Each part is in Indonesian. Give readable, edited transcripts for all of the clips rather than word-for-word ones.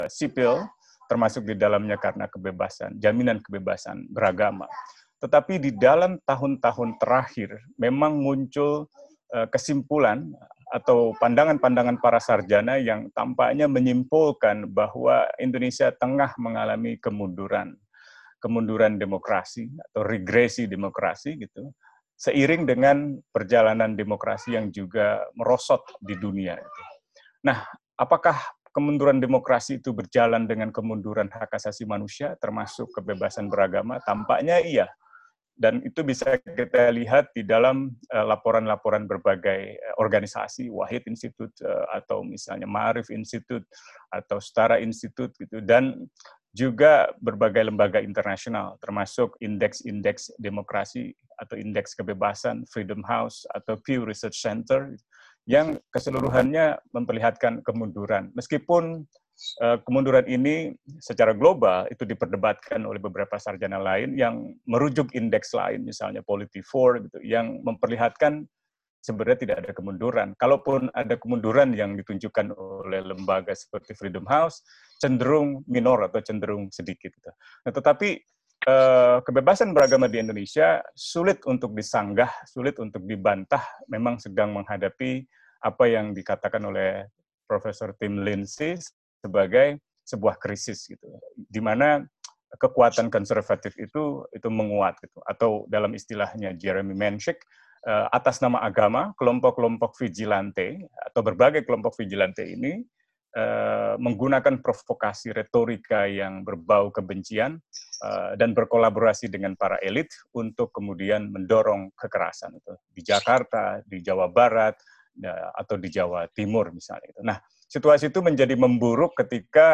sipil, termasuk di dalamnya karena kebebasan, jaminan kebebasan beragama. Tetapi di dalam tahun-tahun terakhir memang muncul kesimpulan atau pandangan-pandangan para sarjana yang tampaknya menyimpulkan bahwa Indonesia tengah mengalami kemunduran demokrasi atau regresi demokrasi gitu, seiring dengan perjalanan demokrasi yang juga merosot di dunia. Gitu. Nah, apakah kemunduran demokrasi itu berjalan dengan kemunduran hak asasi manusia, termasuk kebebasan beragama? Tampaknya iya. Dan itu bisa kita lihat di dalam laporan-laporan berbagai organisasi, Wahid Institute atau misalnya Ma'arif Institute atau Setara Institute gitu, dan juga berbagai lembaga internasional, termasuk indeks-indeks demokrasi atau indeks kebebasan, Freedom House atau Pew Research Center, yang keseluruhannya memperlihatkan kemunduran. Meskipun kemunduran ini secara global itu diperdebatkan oleh beberapa sarjana lain yang merujuk indeks lain, misalnya Polity4, gitu, yang memperlihatkan sebenarnya tidak ada kemunduran. Kalaupun ada kemunduran yang ditunjukkan oleh lembaga seperti Freedom House, cenderung minor atau cenderung sedikit. Gitu. Nah, tetapi kebebasan beragama di Indonesia sulit untuk disanggah, sulit untuk dibantah, memang sedang menghadapi apa yang dikatakan oleh Profesor Tim Lindsay sebagai sebuah krisis gitu, di mana kekuatan konservatif itu menguat gitu, atau dalam istilahnya Jeremy Menshik, atas nama agama kelompok-kelompok vigilante atau berbagai kelompok vigilante ini menggunakan provokasi retorika yang berbau kebencian dan berkolaborasi dengan para elit untuk kemudian mendorong kekerasan itu di Jakarta, di Jawa Barat, atau di Jawa Timur misalnya. Nah, situasi itu menjadi memburuk ketika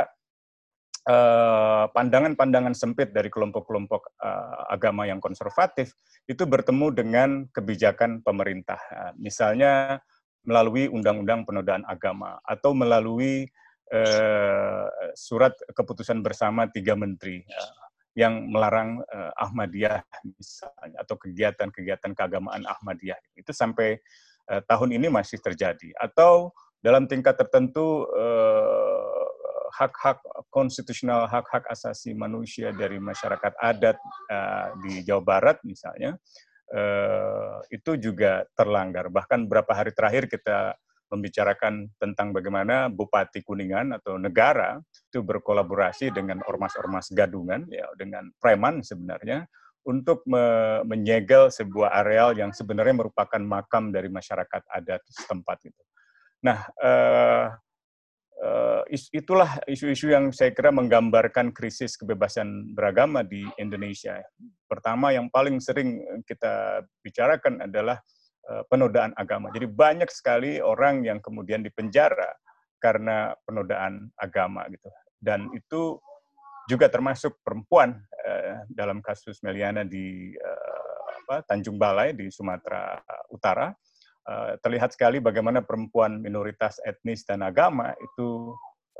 pandangan-pandangan sempit dari kelompok-kelompok agama yang konservatif itu bertemu dengan kebijakan pemerintah. Misalnya melalui undang-undang penodaan agama atau melalui surat keputusan bersama 3 menteri yang melarang Ahmadiyah misalnya atau kegiatan-kegiatan keagamaan Ahmadiyah. Itu sampai tahun ini masih terjadi. Atau dalam tingkat tertentu hak-hak konstitusional, hak-hak asasi manusia dari masyarakat adat di Jawa Barat misalnya, itu juga terlanggar. Bahkan beberapa hari terakhir kita membicarakan tentang bagaimana Bupati Kuningan atau negara itu berkolaborasi dengan ormas-ormas gadungan, ya, dengan preman sebenarnya, untuk menyegel sebuah areal yang sebenarnya merupakan makam dari masyarakat adat setempat. Gitu. Nah, itulah isu-isu yang saya kira menggambarkan krisis kebebasan beragama di Indonesia. Pertama, yang paling sering kita bicarakan adalah penodaan agama. Jadi banyak sekali orang yang kemudian dipenjara karena penodaan agama gitu. Dan itu juga termasuk perempuan dalam kasus Meliana di Tanjung Balai di Sumatera Utara. Terlihat sekali bagaimana perempuan minoritas etnis dan agama itu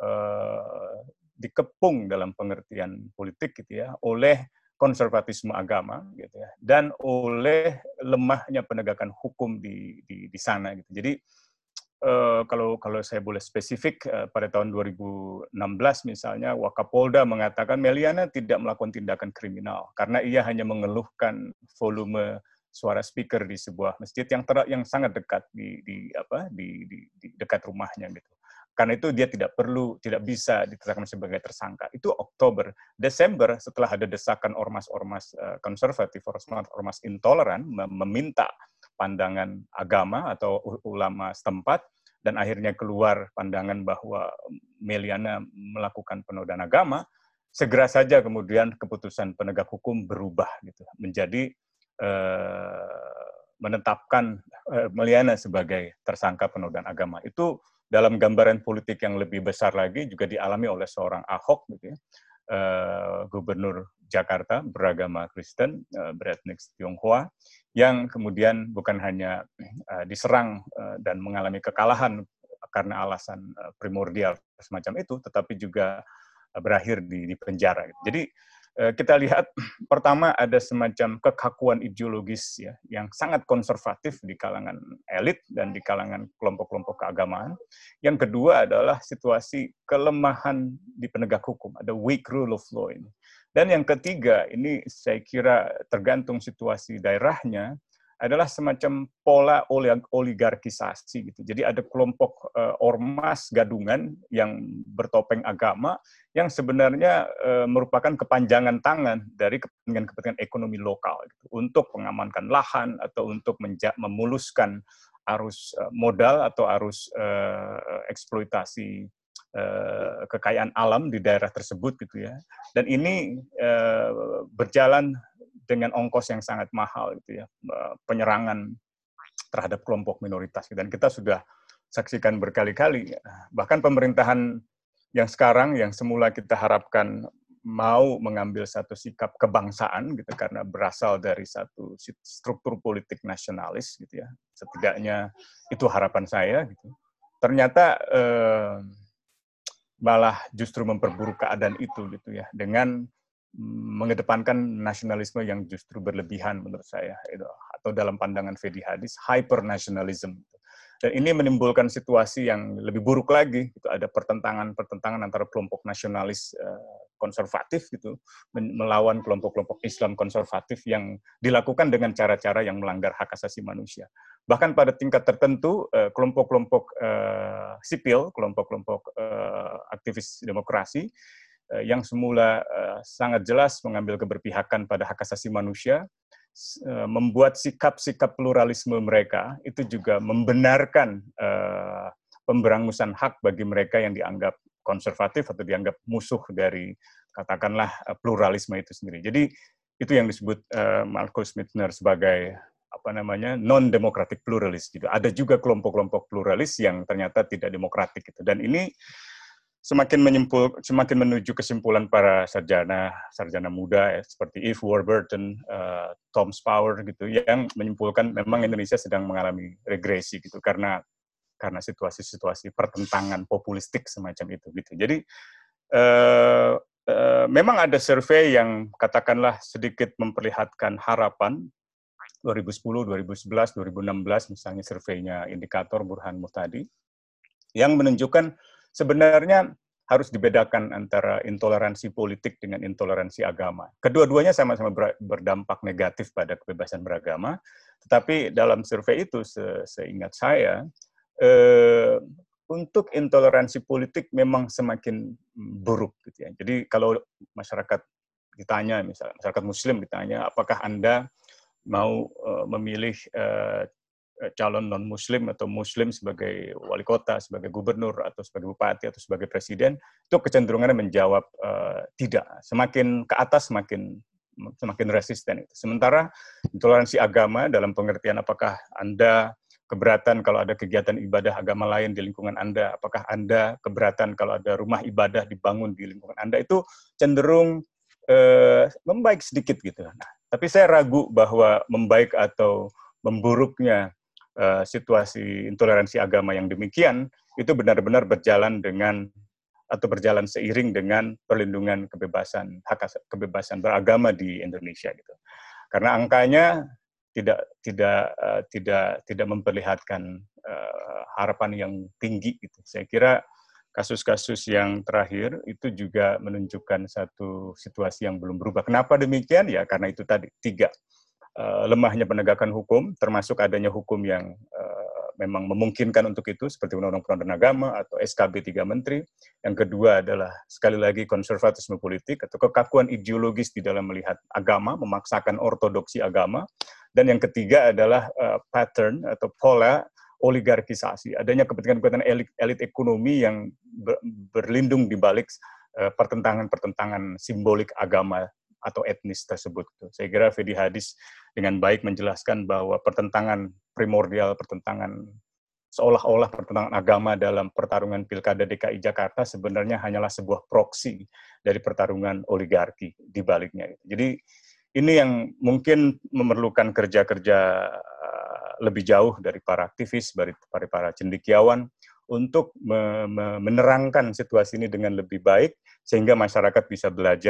dikepung dalam pengertian politik gitu ya oleh konservatisme agama gitu ya dan oleh lemahnya penegakan hukum di sana gitu. Jadi kalau saya boleh spesifik, pada tahun 2016 misalnya, Wakapolda mengatakan Meliana tidak melakukan tindakan kriminal karena ia hanya mengeluhkan volume suara speaker di sebuah masjid yang sangat dekat di dekat rumahnya gitu. Karena itu dia tidak bisa ditetapkan sebagai tersangka. Itu Oktober. Desember, setelah ada desakan ormas-ormas konservatif, ormas intoleran meminta pandangan agama atau ulama setempat, dan akhirnya keluar pandangan bahwa Meliana melakukan penodaan agama, segera saja kemudian keputusan penegak hukum berubah gitu, menjadi menetapkan Meliana sebagai tersangka penodaan agama. Itu dalam gambaran politik yang lebih besar lagi juga dialami oleh seorang Ahok gitu ya, gubernur Jakarta beragama Kristen, beretnik Tionghoa, yang kemudian bukan hanya diserang dan mengalami kekalahan karena alasan primordial semacam itu, tetapi juga berakhir di penjara. Jadi kita lihat pertama ada semacam kekakuan ideologis ya yang sangat konservatif di kalangan elit dan di kalangan kelompok-kelompok keagamaan. Yang kedua adalah situasi kelemahan di penegak hukum, ada weak rule of law ini. Dan yang ketiga ini saya kira tergantung situasi daerahnya, adalah semacam pola oligarkisasi gitu. Jadi ada kelompok ormas gadungan yang bertopeng agama yang sebenarnya merupakan kepanjangan tangan dari kepentingan-kepentingan ekonomi lokal gitu, untuk mengamankan lahan atau untuk memuluskan arus modal atau arus eksploitasi kekayaan alam di daerah tersebut gitu ya. Dan ini berjalan dengan ongkos yang sangat mahal gitu ya, penyerangan terhadap kelompok minoritas. Dan kita sudah saksikan berkali-kali, bahkan pemerintahan yang sekarang yang semula kita harapkan mau mengambil satu sikap kebangsaan gitu karena berasal dari satu struktur politik nasionalis gitu ya, setidaknya itu harapan saya gitu. Ternyata malah justru memperburuk keadaan itu gitu ya, dengan mengedepankan nasionalisme yang justru berlebihan menurut saya, atau dalam pandangan Fedi Hadis hyper nationalism. Dan ini menimbulkan situasi yang lebih buruk lagi, gitu. Ada pertentangan antara kelompok nasionalis konservatif gitu melawan kelompok-kelompok Islam konservatif yang dilakukan dengan cara-cara yang melanggar hak asasi manusia. Bahkan pada tingkat tertentu kelompok-kelompok sipil, kelompok-kelompok aktivis demokrasi yang semula sangat jelas mengambil keberpihakan pada hak asasi manusia, membuat sikap-sikap pluralisme mereka itu juga membenarkan pemberangusan hak bagi mereka yang dianggap konservatif atau dianggap musuh dari katakanlah pluralisme itu sendiri. Jadi itu yang disebut Marcus Michener sebagai apa namanya non-democratic pluralist gitu. Ada juga kelompok-kelompok pluralis yang ternyata tidak demokratik gitu. Dan ini semakin menuju kesimpulan para sarjana muda ya, seperti Eve Warburton, Tom Spower gitu, yang menyimpulkan memang Indonesia sedang mengalami regresi gitu karena situasi-situasi pertentangan populistik semacam itu gitu. Jadi memang ada survei yang katakanlah sedikit memperlihatkan harapan 2010, 2011, 2016 misalnya surveinya Indikator Burhan Muhtadi yang menunjukkan sebenarnya harus dibedakan antara intoleransi politik dengan intoleransi agama. Kedua-duanya sama-sama berdampak negatif pada kebebasan beragama, tetapi dalam survei itu seingat saya, untuk intoleransi politik memang semakin buruk gitu ya. Jadi kalau masyarakat ditanya, misalnya masyarakat Muslim ditanya, apakah Anda mau memilih calon non-Muslim atau Muslim sebagai wali kota, sebagai gubernur, atau sebagai bupati, atau sebagai presiden, itu kecenderungannya menjawab tidak. Semakin ke atas, semakin resisten. Sementara intoleransi agama dalam pengertian apakah Anda keberatan kalau ada kegiatan ibadah agama lain di lingkungan Anda, apakah Anda keberatan kalau ada rumah ibadah dibangun di lingkungan Anda, itu cenderung membaik sedikit gitu. Nah, tapi saya ragu bahwa membaik atau memburuknya situasi intoleransi agama yang demikian itu benar-benar berjalan seiring dengan perlindungan kebebasan beragama di Indonesia gitu. Karena angkanya tidak memperlihatkan harapan yang tinggi gitu. Saya kira kasus-kasus yang terakhir itu juga menunjukkan satu situasi yang belum berubah. Kenapa demikian? Ya karena itu tadi 3. Lemahnya penegakan hukum, termasuk adanya hukum yang memang memungkinkan untuk itu, seperti Undang-Undang Peradilan Agama atau SKB 3 Menteri. Yang kedua adalah, sekali lagi, konservatisme politik atau kekakuan ideologis di dalam melihat agama, memaksakan ortodoksi agama. Dan yang ketiga adalah pattern atau pola oligarkisasi, adanya kepentingan-kepentingan elit ekonomi yang berlindung di balik pertentangan-pertentangan simbolik agama atau etnis tersebut. Saya kira Fedi Hadis dengan baik menjelaskan bahwa pertentangan primordial, seolah-olah pertentangan agama dalam pertarungan Pilkada DKI Jakarta sebenarnya hanyalah sebuah proksi dari pertarungan oligarki di baliknya. Jadi ini yang mungkin memerlukan kerja-kerja lebih jauh dari para aktivis, dari para cendekiawan, untuk menerangkan situasi ini dengan lebih baik, sehingga masyarakat bisa belajar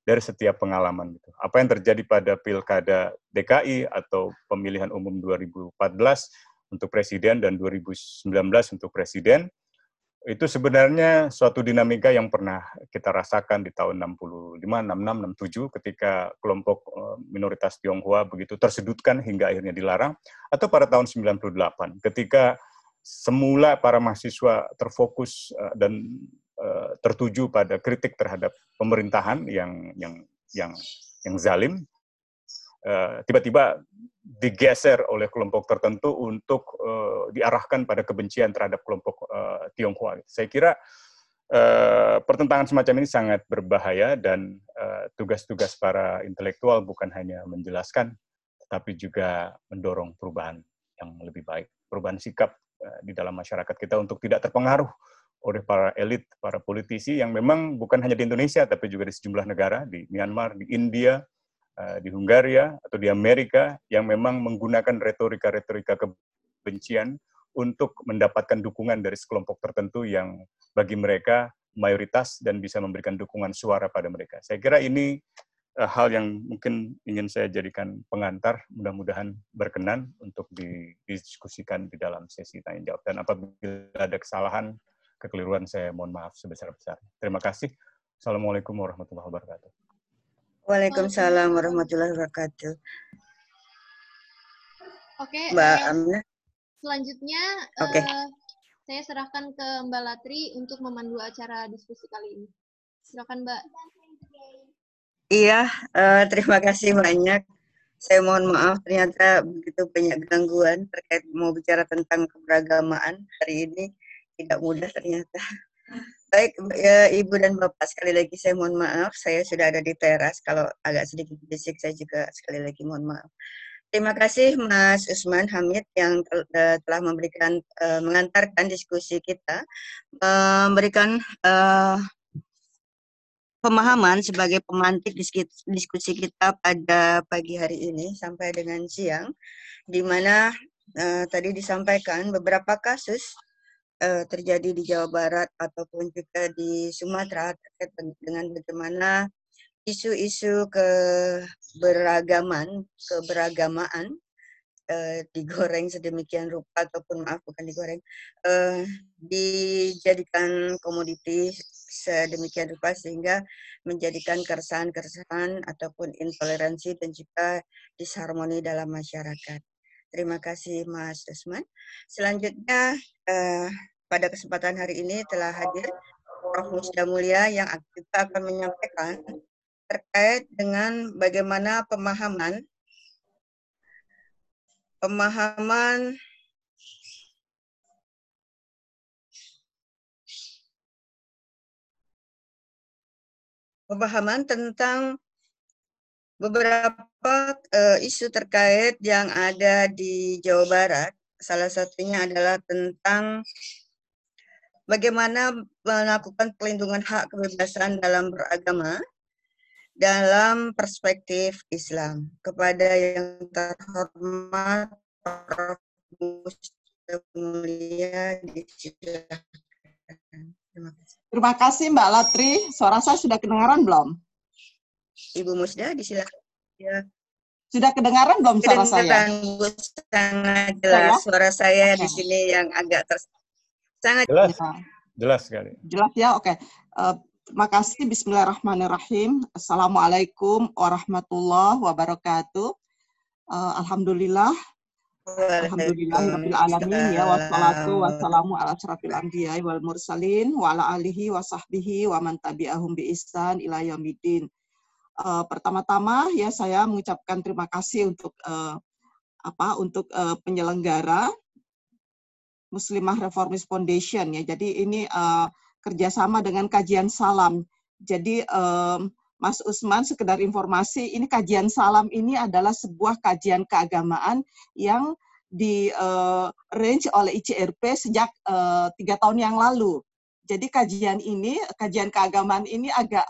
dari setiap pengalaman. Gitu. Apa yang terjadi pada Pilkada DKI atau pemilihan umum 2014 untuk presiden dan 2019 untuk presiden, itu sebenarnya suatu dinamika yang pernah kita rasakan di tahun 65, 66, 67 ketika kelompok minoritas Tionghoa begitu tersudutkan hingga akhirnya dilarang, atau pada tahun 98 ketika semula para mahasiswa terfokus dan tertuju pada kritik terhadap pemerintahan yang zalim, tiba-tiba digeser oleh kelompok tertentu untuk diarahkan pada kebencian terhadap kelompok Tionghoa. Saya kira pertentangan semacam ini sangat berbahaya dan tugas-tugas para intelektual bukan hanya menjelaskan, tetapi juga mendorong perubahan yang lebih baik, perubahan sikap di dalam masyarakat kita untuk tidak terpengaruh oleh para elit, para politisi yang memang bukan hanya di Indonesia, tapi juga di sejumlah negara, di Myanmar, di India, di Hungaria atau di Amerika yang memang menggunakan retorika-retorika kebencian untuk mendapatkan dukungan dari sekelompok tertentu yang bagi mereka mayoritas dan bisa memberikan dukungan suara pada mereka. Saya kira ini hal yang mungkin ingin saya jadikan pengantar, mudah-mudahan berkenan untuk didiskusikan di dalam sesi tanya jawab. Dan apabila ada kesalahan, kekeliruan, saya mohon maaf sebesar-besarnya. Terima kasih. Assalamualaikum warahmatullahi wabarakatuh. Waalaikumsalam warahmatullahi wabarakatuh. Oke, Mbak Amna. Selanjutnya saya serahkan ke Mbak Latri untuk memandu acara diskusi kali ini. Silakan Mbak. Iya, terima kasih banyak. Saya mohon maaf ternyata begitu banyak gangguan terkait mau bicara tentang keberagamaan hari ini, tidak mudah ternyata. Baik, ya, Ibu dan Bapak, sekali lagi saya mohon maaf, saya sudah ada di teras, kalau agak sedikit berisik saya juga sekali lagi mohon maaf. Terima kasih Mas Usman Hamid yang telah memberikan mengantarkan diskusi kita, memberikan pemahaman sebagai pemantik diskusi kita pada pagi hari ini sampai dengan siang, di mana tadi disampaikan beberapa kasus terjadi di Jawa Barat ataupun juga di Sumatera terkait dengan bagaimana isu-isu keberagamaan digoreng sedemikian rupa ataupun maaf bukan digoreng, dijadikan komoditi sedemikian rupa sehingga menjadikan keresahan-keresahan ataupun intoleransi dan juga disharmoni dalam masyarakat. Terima kasih Mas Usman. Selanjutnya pada kesempatan hari ini telah hadir Prof. Musda Mulia yang kita akan menyampaikan terkait dengan bagaimana pemahaman tentang beberapa isu terkait yang ada di Jawa Barat. Salah satunya adalah tentang bagaimana melakukan pelindungan hak kebebasan dalam beragama dalam perspektif Islam. Kepada yang terhormat Prof. Musda Mulia, disilakan. Terima kasih. Terima kasih Mbak Latri. Suara saya sudah kedengaran belum? Ibu Musda, disilakan. Ya. Sudah kedengaran belum suara saya? Bu, sangat jelas. Suara saya di sini yang agak sangat jelas. Jelas sekali. Jelas ya, oke. Terima kasih. Bismillahirrahmanirrahim. Assalamualaikum warahmatullahi wabarakatuh. Alhamdulillah. Alhamdulillahirabbil alamin ya wassalatu wassalamu ala asyrafil anbiya'i wal mursalin wa ala alihi wa sahbihi wa man tabi'ahum bi ihsan ila yaumiddin. Pertama-tama ya saya mengucapkan terima kasih untuk penyelenggara Muslimah Reformist Foundation ya. Jadi ini kerjasama dengan Kajian Salam. Jadi Mas Usman, sekedar informasi, ini Kajian Salam ini adalah sebuah kajian keagamaan yang di-arrange oleh ICRP sejak 3 tahun yang lalu. Jadi kajian keagamaan ini agak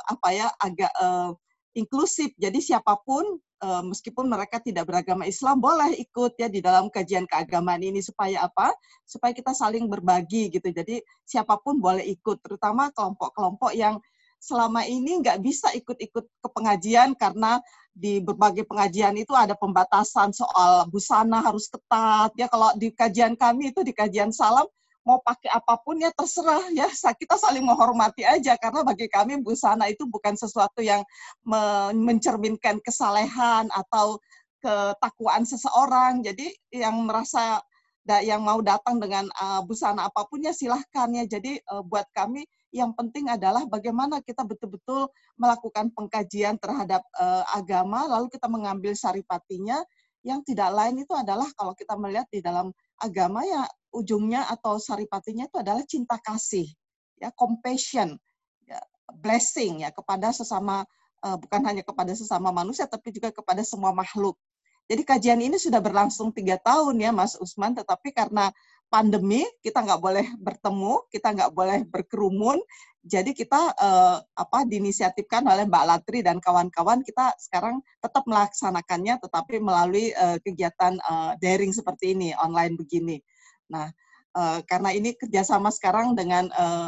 inklusif. Jadi siapapun, meskipun mereka tidak beragama Islam, boleh ikut ya di dalam kajian keagamaan ini. Supaya apa? Supaya kita saling berbagi gitu. Jadi siapapun boleh ikut, terutama kelompok-kelompok yang selama ini nggak bisa ikut-ikut ke pengajian karena di berbagai pengajian itu ada pembatasan soal busana harus ketat. Ya kalau di kajian kami itu, di kajian Salam, mau pakai apapun ya terserah ya, kita saling menghormati aja, karena bagi kami busana itu bukan sesuatu yang mencerminkan kesalehan atau ketakwaan seseorang. Jadi yang merasa yang mau datang dengan busana apapun ya silahkan ya. Jadi buat kami yang penting adalah bagaimana kita betul-betul melakukan pengkajian terhadap agama, lalu kita mengambil saripatinya. Yang tidak lain itu adalah kalau kita melihat di dalam agama ya ujungnya atau saripatinya itu adalah cinta kasih, ya, compassion, ya, blessing ya kepada sesama, bukan hanya kepada sesama manusia tapi juga kepada semua makhluk. Jadi kajian ini sudah berlangsung 3 tahun ya Mas Usman, tetapi karena pandemi kita nggak boleh bertemu, kita nggak boleh berkerumun, jadi kita diinisiatifkan oleh Mbak Latri dan kawan-kawan, kita sekarang tetap melaksanakannya tetapi melalui kegiatan daring seperti ini, online begini. Nah, karena ini kerjasama sekarang dengan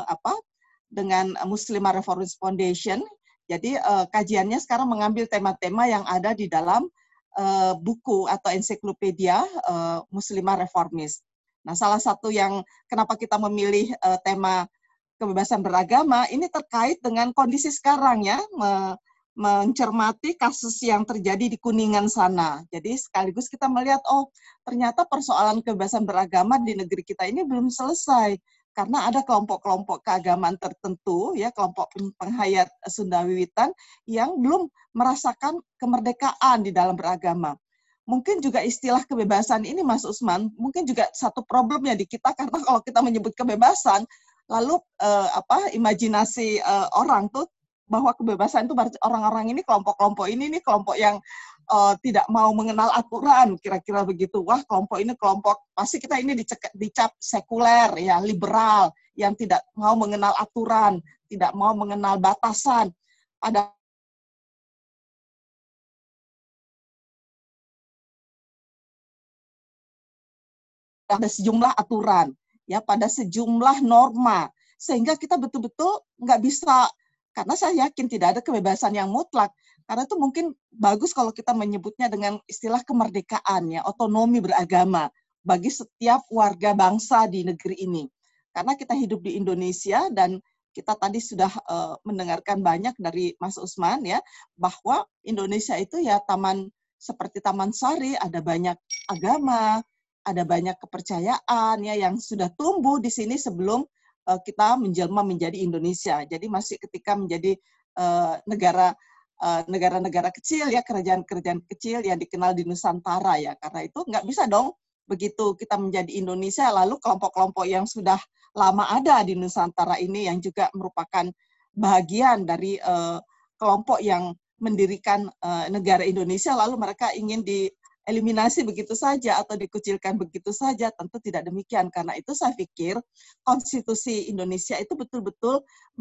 dengan Muslimah Reformist Foundation, jadi kajiannya sekarang mengambil tema-tema yang ada di dalam buku atau ensiklopedia Muslimah Reformis. Nah, salah satu yang kenapa kita memilih tema kebebasan beragama ini terkait dengan kondisi sekarang ya, mencermati kasus yang terjadi di Kuningan sana. Jadi sekaligus kita melihat, oh ternyata persoalan kebebasan beragama di negeri kita ini belum selesai. Karena ada kelompok-kelompok keagamaan tertentu, ya kelompok penghayat Sunda Wiwitan yang belum merasakan kemerdekaan di dalam beragama. Mungkin juga istilah kebebasan ini, Mas Usman, mungkin juga satu problemnya di kita, karena kalau kita menyebut kebebasan, lalu imajinasi orang tuh bahwa kebebasan itu berarti orang-orang ini kelompok-kelompok ini kelompok yang tidak mau mengenal aturan, kira-kira begitu. Wah, kelompok ini kelompok, pasti kita ini dicap sekuler, ya liberal, yang tidak mau mengenal aturan, tidak mau mengenal batasan. Pada sejumlah aturan, ya pada sejumlah norma, sehingga kita betul-betul nggak bisa, karena saya yakin tidak ada kebebasan yang mutlak. Karena itu mungkin bagus kalau kita menyebutnya dengan istilah kemerdekaan, ya, otonomi beragama bagi setiap warga bangsa di negeri ini. Karena kita hidup di Indonesia dan kita tadi sudah mendengarkan banyak dari Mas Usman ya, bahwa Indonesia itu ya taman seperti Taman Sari, ada banyak agama, ada banyak kepercayaan ya yang sudah tumbuh di sini sebelum kita menjelma menjadi Indonesia. Jadi masih ketika menjadi negara-negara kecil ya, kerajaan-kerajaan kecil yang dikenal di Nusantara ya. Karena itu nggak bisa dong begitu kita menjadi Indonesia lalu kelompok-kelompok yang sudah lama ada di Nusantara ini yang juga merupakan bagian dari kelompok yang mendirikan negara Indonesia lalu mereka ingin dieliminasi begitu saja atau dikucilkan begitu saja. Tentu tidak demikian. Karena itu saya pikir konstitusi Indonesia itu betul-betul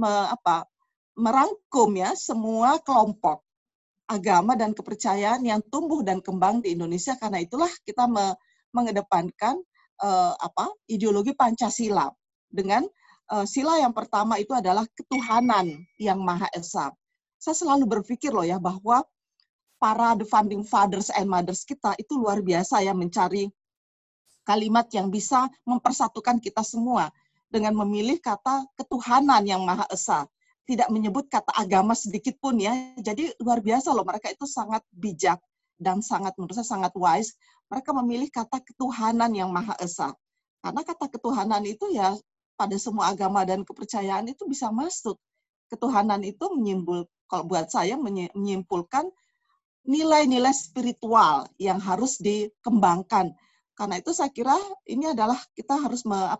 merangkum ya semua kelompok agama dan kepercayaan yang tumbuh dan kembang di Indonesia. Karena itulah kita mengedepankan ideologi Pancasila dengan sila yang pertama itu adalah ketuhanan yang Maha Esa. Saya selalu berpikir loh ya bahwa para the founding fathers and mothers kita itu luar biasa ya mencari kalimat yang bisa mempersatukan kita semua dengan memilih kata ketuhanan yang Maha Esa. Tidak menyebut kata agama sedikit pun ya. Jadi luar biasa loh, mereka itu sangat bijak dan sangat menurut saya sangat wise. Mereka memilih kata ketuhanan yang Maha Esa. Karena kata ketuhanan itu ya pada semua agama dan kepercayaan itu bisa masuk. Ketuhanan itu kalau buat saya menyimpulkan nilai-nilai spiritual yang harus dikembangkan. Karena itu saya kira ini adalah kita harus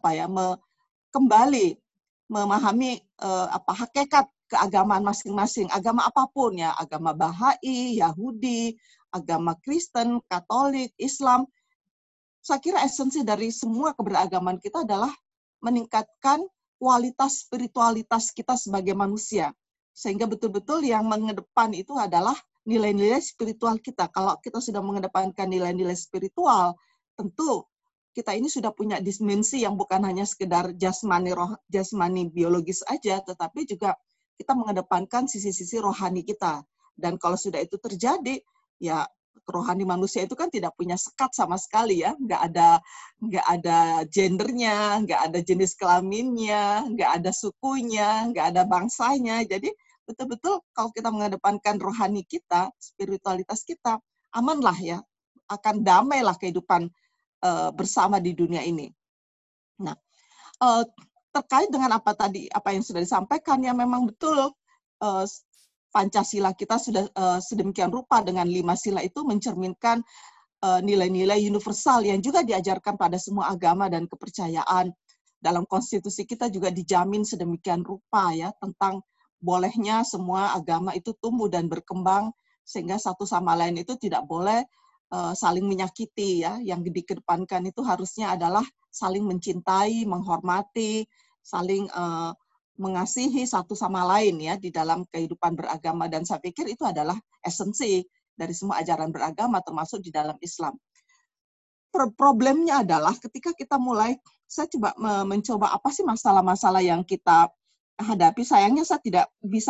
kembali memahami hakikat keagamaan masing-masing, agama apapun ya, agama Bahai, Yahudi, agama Kristen, Katolik, Islam. Saya kira esensi dari semua keberagaman kita adalah meningkatkan kualitas spiritualitas kita sebagai manusia. Sehingga betul-betul yang mengedepan itu adalah nilai-nilai spiritual kita. Kalau kita sudah mengedepankan nilai-nilai spiritual, tentu kita ini sudah punya dimensi yang bukan hanya sekedar jasmani biologis aja, tetapi juga kita mengedepankan sisi-sisi rohani kita. Dan kalau sudah itu terjadi, ya rohani manusia itu kan tidak punya sekat sama sekali ya, nggak ada gendernya, nggak ada jenis kelaminnya, nggak ada sukunya, nggak ada bangsanya. Jadi betul-betul kalau kita mengedepankan rohani kita, spiritualitas kita, amanlah ya, akan damailah kehidupan bersama di dunia ini. Nah, terkait dengan apa yang sudah disampaikan, ya memang betul Pancasila kita sudah sedemikian rupa dengan 5 sila itu mencerminkan nilai-nilai universal yang juga diajarkan pada semua agama dan kepercayaan. Dalam konstitusi kita juga dijamin sedemikian rupa ya tentang bolehnya semua agama itu tumbuh dan berkembang sehingga satu sama lain itu tidak boleh saling menyakiti ya. Yang dikedepankan itu harusnya adalah saling mencintai, menghormati, saling mengasihi satu sama lain ya di dalam kehidupan beragama, dan saya pikir itu adalah esensi dari semua ajaran beragama termasuk di dalam Islam. Problemnya adalah ketika kita mulai, saya coba mencoba apa sih masalah-masalah yang kita hadapi. Sayangnya saya tidak bisa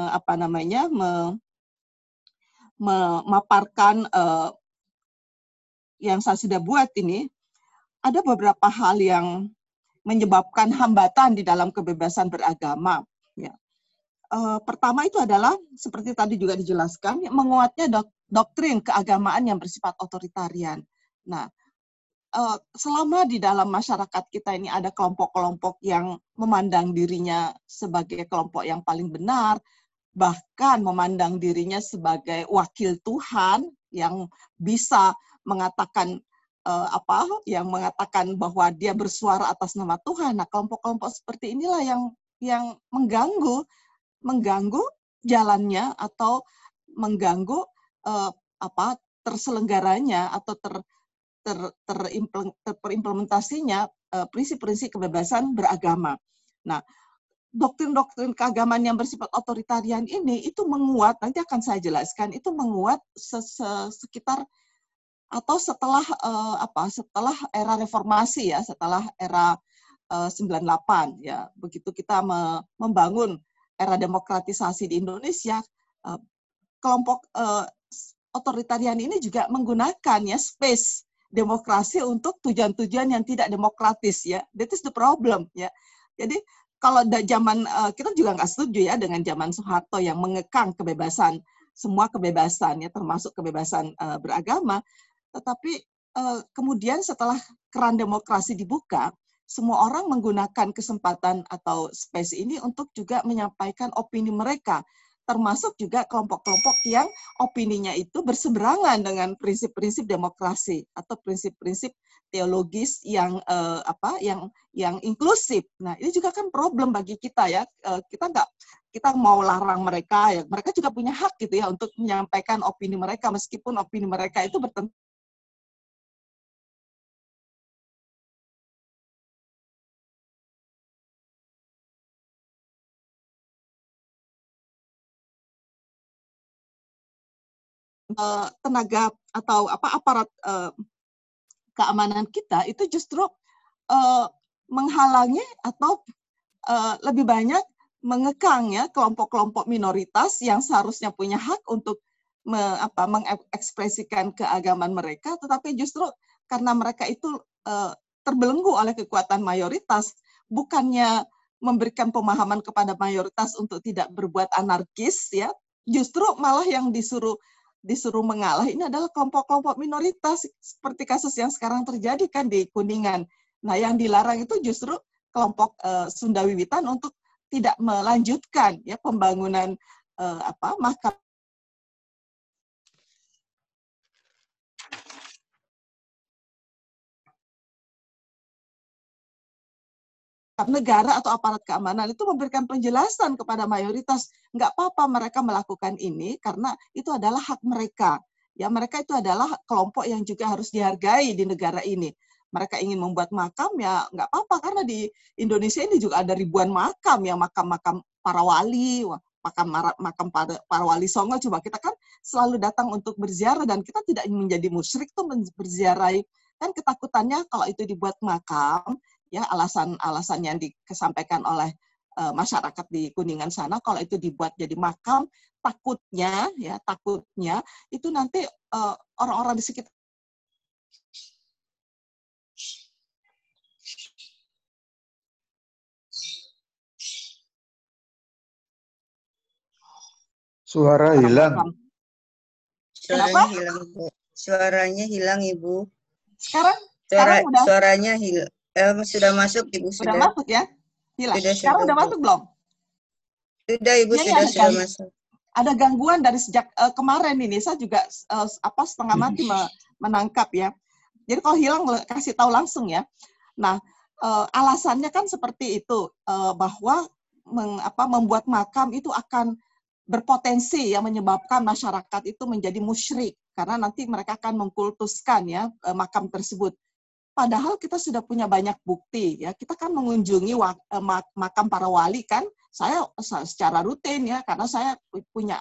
memaparkan yang saya sudah buat ini. Ada beberapa hal yang menyebabkan hambatan di dalam kebebasan beragama. Ya. Pertama itu adalah, seperti tadi juga dijelaskan, menguatnya doktrin keagamaan yang bersifat otoritarian. Nah, selama di dalam masyarakat kita ini ada kelompok-kelompok yang memandang dirinya sebagai kelompok yang paling benar, bahkan memandang dirinya sebagai wakil Tuhan yang bisa mengatakan yang mengatakan bahwa dia bersuara atas nama Tuhan. Nah, kelompok-kelompok seperti inilah yang mengganggu jalannya atau mengganggu terselenggaranya atau terimplementasinya prinsip-prinsip kebebasan beragama. Nah, doktrin-doktrin keagamaan yang bersifat otoritarian ini itu menguat, nanti akan saya jelaskan, itu menguat sekitar atau setelah setelah era reformasi ya, setelah era 98 ya, begitu kita membangun era demokratisasi di Indonesia, kelompok otoritarian ini juga menggunakan ya space demokrasi untuk tujuan-tujuan yang tidak demokratis ya. That is the problem ya. Jadi kalau zaman kita juga nggak setuju ya dengan zaman Soeharto yang mengekang kebebasan, semua kebebasan ya, termasuk kebebasan beragama. Tetapi kemudian setelah keran demokrasi dibuka, semua orang menggunakan kesempatan atau space ini untuk juga menyampaikan opini mereka, termasuk juga kelompok-kelompok yang opininya itu berseberangan dengan prinsip-prinsip demokrasi atau prinsip-prinsip teologis yang yang inklusif. Nah, ini juga kan problem bagi kita ya. Kita mau larang mereka ya. Mereka juga punya hak gitu ya untuk menyampaikan opini mereka meskipun opini mereka itu bertentangan tenaga atau aparat keamanan kita itu justru menghalangi atau lebih banyak mengekang ya kelompok-kelompok minoritas yang seharusnya punya hak untuk mengekspresikan keagamaan mereka, tetapi justru karena mereka itu terbelenggu oleh kekuatan mayoritas, bukannya memberikan pemahaman kepada mayoritas untuk tidak berbuat anarkis ya, justru malah yang disuruh mengalah ini adalah kelompok-kelompok minoritas seperti kasus yang sekarang terjadi kan di Kuningan. Nah, yang dilarang itu justru kelompok Sunda Wiwitan untuk tidak melanjutkan ya pembangunan mahkamah negara atau aparat keamanan itu memberikan penjelasan kepada mayoritas, nggak apa-apa mereka melakukan ini karena itu adalah hak mereka. Ya, mereka itu adalah kelompok yang juga harus dihargai di negara ini. Mereka ingin membuat makam ya nggak apa-apa karena di Indonesia ini juga ada ribuan makam ya, makam-makam para wali, makam para wali Songo. Coba kita kan selalu datang untuk berziarah dan kita tidak menjadi musyrik tuh berziarahi. Kan ketakutannya kalau itu dibuat makam ya alasan-alasan yang disampaikan oleh masyarakat di Kuningan sana. Kalau itu dibuat jadi makam, takutnya itu nanti orang-orang di sekitar suara hilang. Suaranya hilang, Bu. Suaranya hilang, Ibu. Sekarang suaranya hilang. Sudah masuk, Ibu. Sudah masuk ya? Hilang. Sudah, sekarang udah masuk belum? Sudah, Ibu, sudah masuk. Ada gangguan dari sejak kemarin ini. Saya juga setengah mati menangkap ya. Jadi kalau hilang kasih tahu langsung ya. Nah, alasannya kan seperti itu, bahwa membuat makam itu akan berpotensi yang menyebabkan masyarakat itu menjadi musyrik karena nanti mereka akan mengkultuskan ya makam tersebut. Padahal kita sudah punya banyak bukti ya. Kita kan mengunjungi makam para wali kan. Saya secara rutin ya karena saya punya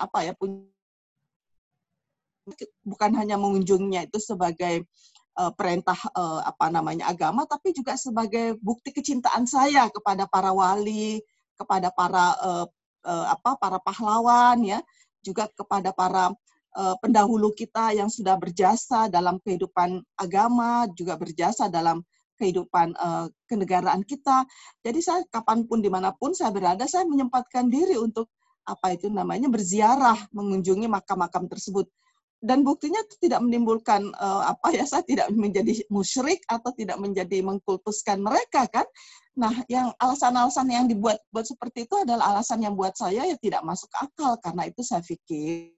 bukan hanya mengunjunginya itu sebagai perintah agama, tapi juga sebagai bukti kecintaan saya kepada para wali, kepada para para pahlawan ya, juga kepada para pendahulu kita yang sudah berjasa dalam kehidupan agama, juga berjasa dalam kehidupan kenegaraan kita. Jadi saya kapanpun dimanapun saya berada, saya menyempatkan diri untuk berziarah, mengunjungi makam-makam tersebut. Dan buktinya tidak menimbulkan saya tidak menjadi musyrik atau tidak menjadi mengkultuskan mereka kan. Nah, yang alasan-alasan yang dibuat seperti itu adalah alasan yang buat saya ya tidak masuk akal, karena itu saya pikir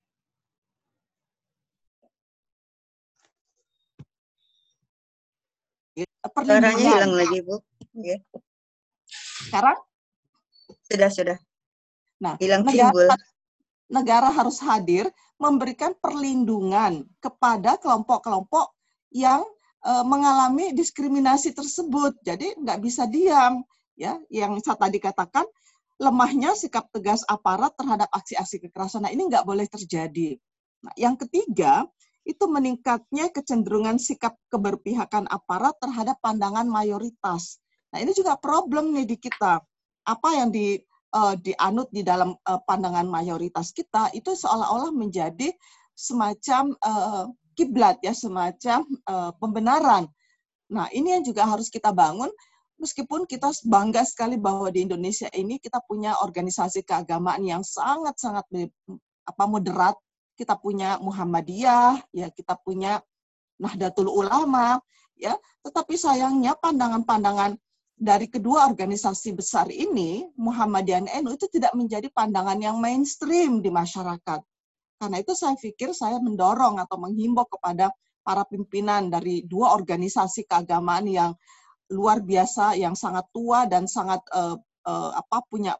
suaranya hilang lagi, Bu. Ya. Sekarang? Sudah. Nah, hilang timbul. Negara harus hadir memberikan perlindungan kepada kelompok-kelompok yang mengalami diskriminasi tersebut. Jadi nggak bisa diam. Ya, yang saya tadi katakan, lemahnya sikap tegas aparat terhadap aksi-aksi kekerasan. Nah, ini nggak boleh terjadi. Nah, yang ketiga, itu meningkatnya kecenderungan sikap keberpihakan aparat terhadap pandangan mayoritas. Nah, ini juga problem nih di kita. Apa yang dianut di dalam pandangan mayoritas kita itu seolah-olah menjadi semacam kiblat ya, semacam pembenaran. Nah, ini yang juga harus kita bangun. Meskipun kita bangga sekali bahwa di Indonesia ini kita punya organisasi keagamaan yang sangat-sangat moderat. Kita punya Muhammadiyah, ya, kita punya Nahdlatul Ulama, ya. Tetapi sayangnya pandangan-pandangan dari kedua organisasi besar ini, Muhammadiyah dan NU, itu tidak menjadi pandangan yang mainstream di masyarakat. Karena itu saya pikir saya mendorong atau menghimbau kepada para pimpinan dari dua organisasi keagamaan yang luar biasa, yang sangat tua dan sangat punya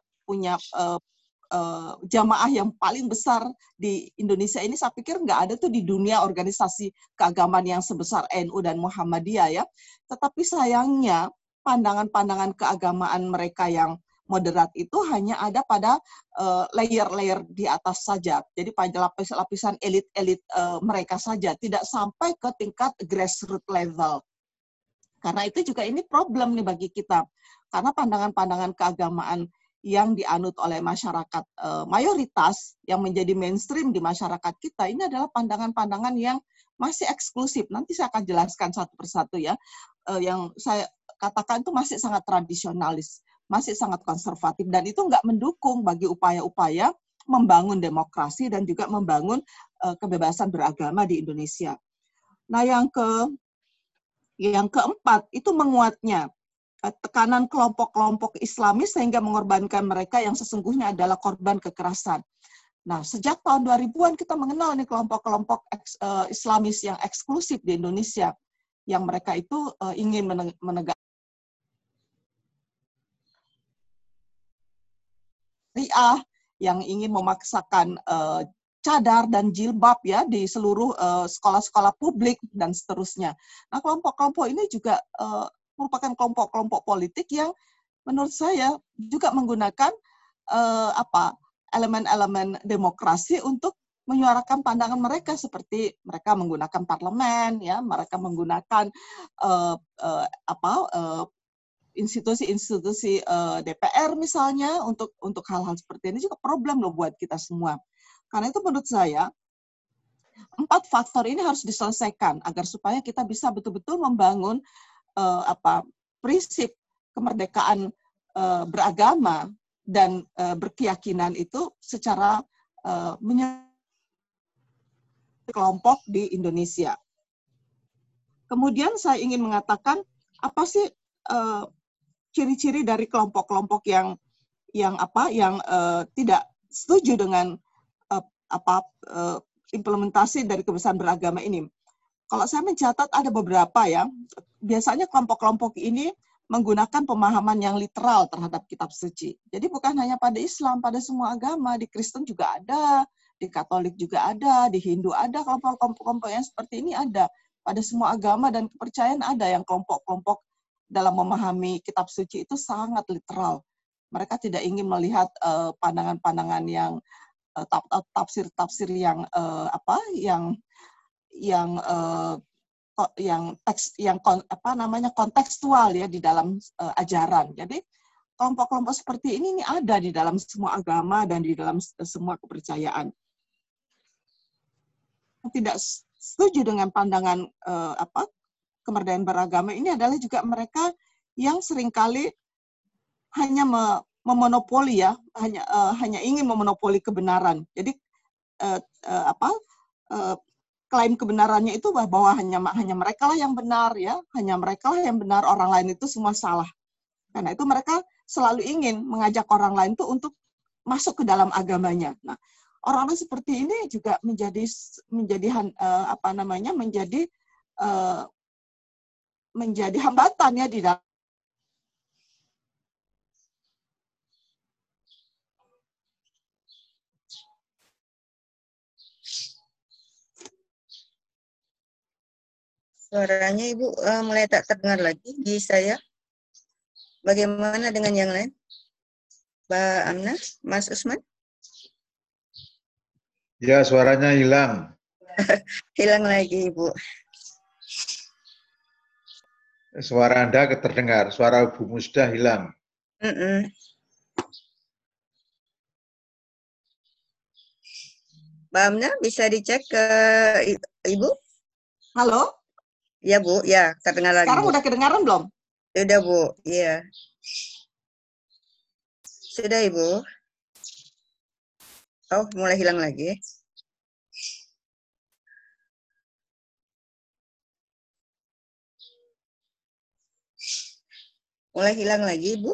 jamaah yang paling besar di Indonesia ini. Saya pikir nggak ada tuh di dunia organisasi keagamaan yang sebesar NU dan Muhammadiyah ya. Tetapi sayangnya pandangan-pandangan keagamaan mereka yang moderat itu hanya ada pada layer-layer di atas saja. Jadi pada lapis-lapisan elit-elit mereka saja, tidak sampai ke tingkat grassroots level. Karena itu juga ini problem nih bagi kita. Karena pandangan-pandangan keagamaan yang dianut oleh masyarakat mayoritas, yang menjadi mainstream di masyarakat kita, ini adalah pandangan-pandangan yang masih eksklusif. Nanti saya akan jelaskan satu persatu ya. Yang saya katakan itu masih sangat tradisionalis, masih sangat konservatif, dan itu nggak mendukung bagi upaya-upaya membangun demokrasi dan juga membangun kebebasan beragama di Indonesia. Nah, yang keempat, itu menguatnya tekanan kelompok-kelompok Islamis sehingga mengorbankan mereka yang sesungguhnya adalah korban kekerasan. Nah, sejak tahun 2000-an kita mengenal nih kelompok-kelompok Islamis yang eksklusif di Indonesia, yang mereka itu ingin menegakkan syariah, yang ingin memaksakan cadar dan jilbab ya di seluruh sekolah-sekolah publik dan seterusnya. Nah, kelompok-kelompok ini juga merupakan kelompok-kelompok politik yang menurut saya juga menggunakan elemen-elemen demokrasi untuk menyuarakan pandangan mereka, seperti mereka menggunakan parlemen, ya, mereka menggunakan institusi-institusi DPR misalnya untuk hal-hal seperti ini juga problem loh buat kita semua. Karena itu menurut saya 4 faktor ini harus diselesaikan agar supaya kita bisa betul-betul membangun prinsip kemerdekaan beragama dan berkeyakinan itu secara kelompok di Indonesia. Kemudian saya ingin mengatakan apa sih ciri-ciri dari kelompok-kelompok yang tidak setuju dengan implementasi dari kebebasan beragama ini. Kalau saya mencatat ada beberapa ya. Biasanya kelompok-kelompok ini menggunakan pemahaman yang literal terhadap kitab suci. Jadi bukan hanya pada Islam, pada semua agama, di Kristen juga ada, di Katolik juga ada, di Hindu ada, kelompok-kelompok yang seperti ini ada. Pada semua agama dan kepercayaan ada yang kelompok-kelompok dalam memahami kitab suci itu sangat literal. Mereka tidak ingin melihat pandangan-pandangan yang tafsir-tafsir yang kontekstual ya di dalam ajaran. Jadi kelompok-kelompok seperti ini ada di dalam semua agama dan di dalam semua kepercayaan. Tidak setuju dengan pandangan kemerdekaan beragama ini adalah juga mereka yang seringkali hanya memonopoli ya, hanya ingin memonopoli kebenaran. Jadi klaim kebenarannya itu bahwa hanya mereka lah yang benar ya, hanya mereka lah yang benar, orang lain itu semua salah. Karena itu mereka selalu ingin mengajak orang lain itu untuk masuk ke dalam agamanya. Nah, orang-orang seperti ini juga menjadi hambatan ya di dalam Suaranya Ibu mulai tak terdengar lagi di saya. Bagaimana dengan yang lain? Mbak Amna, Mas Usman? Ya, suaranya hilang. Hilang lagi, Ibu. Suara Anda terdengar, suara Bu Musda hilang. Mbak Amna, bisa dicek ke Ibu? Halo? Ya, Bu. Ya, terdengar lagi. Sekarang Bu. Udah kedengaran belum? Sudah, Bu. Iya. Sudah, Ibu. Oh, mulai hilang lagi. Mulai hilang lagi, Bu.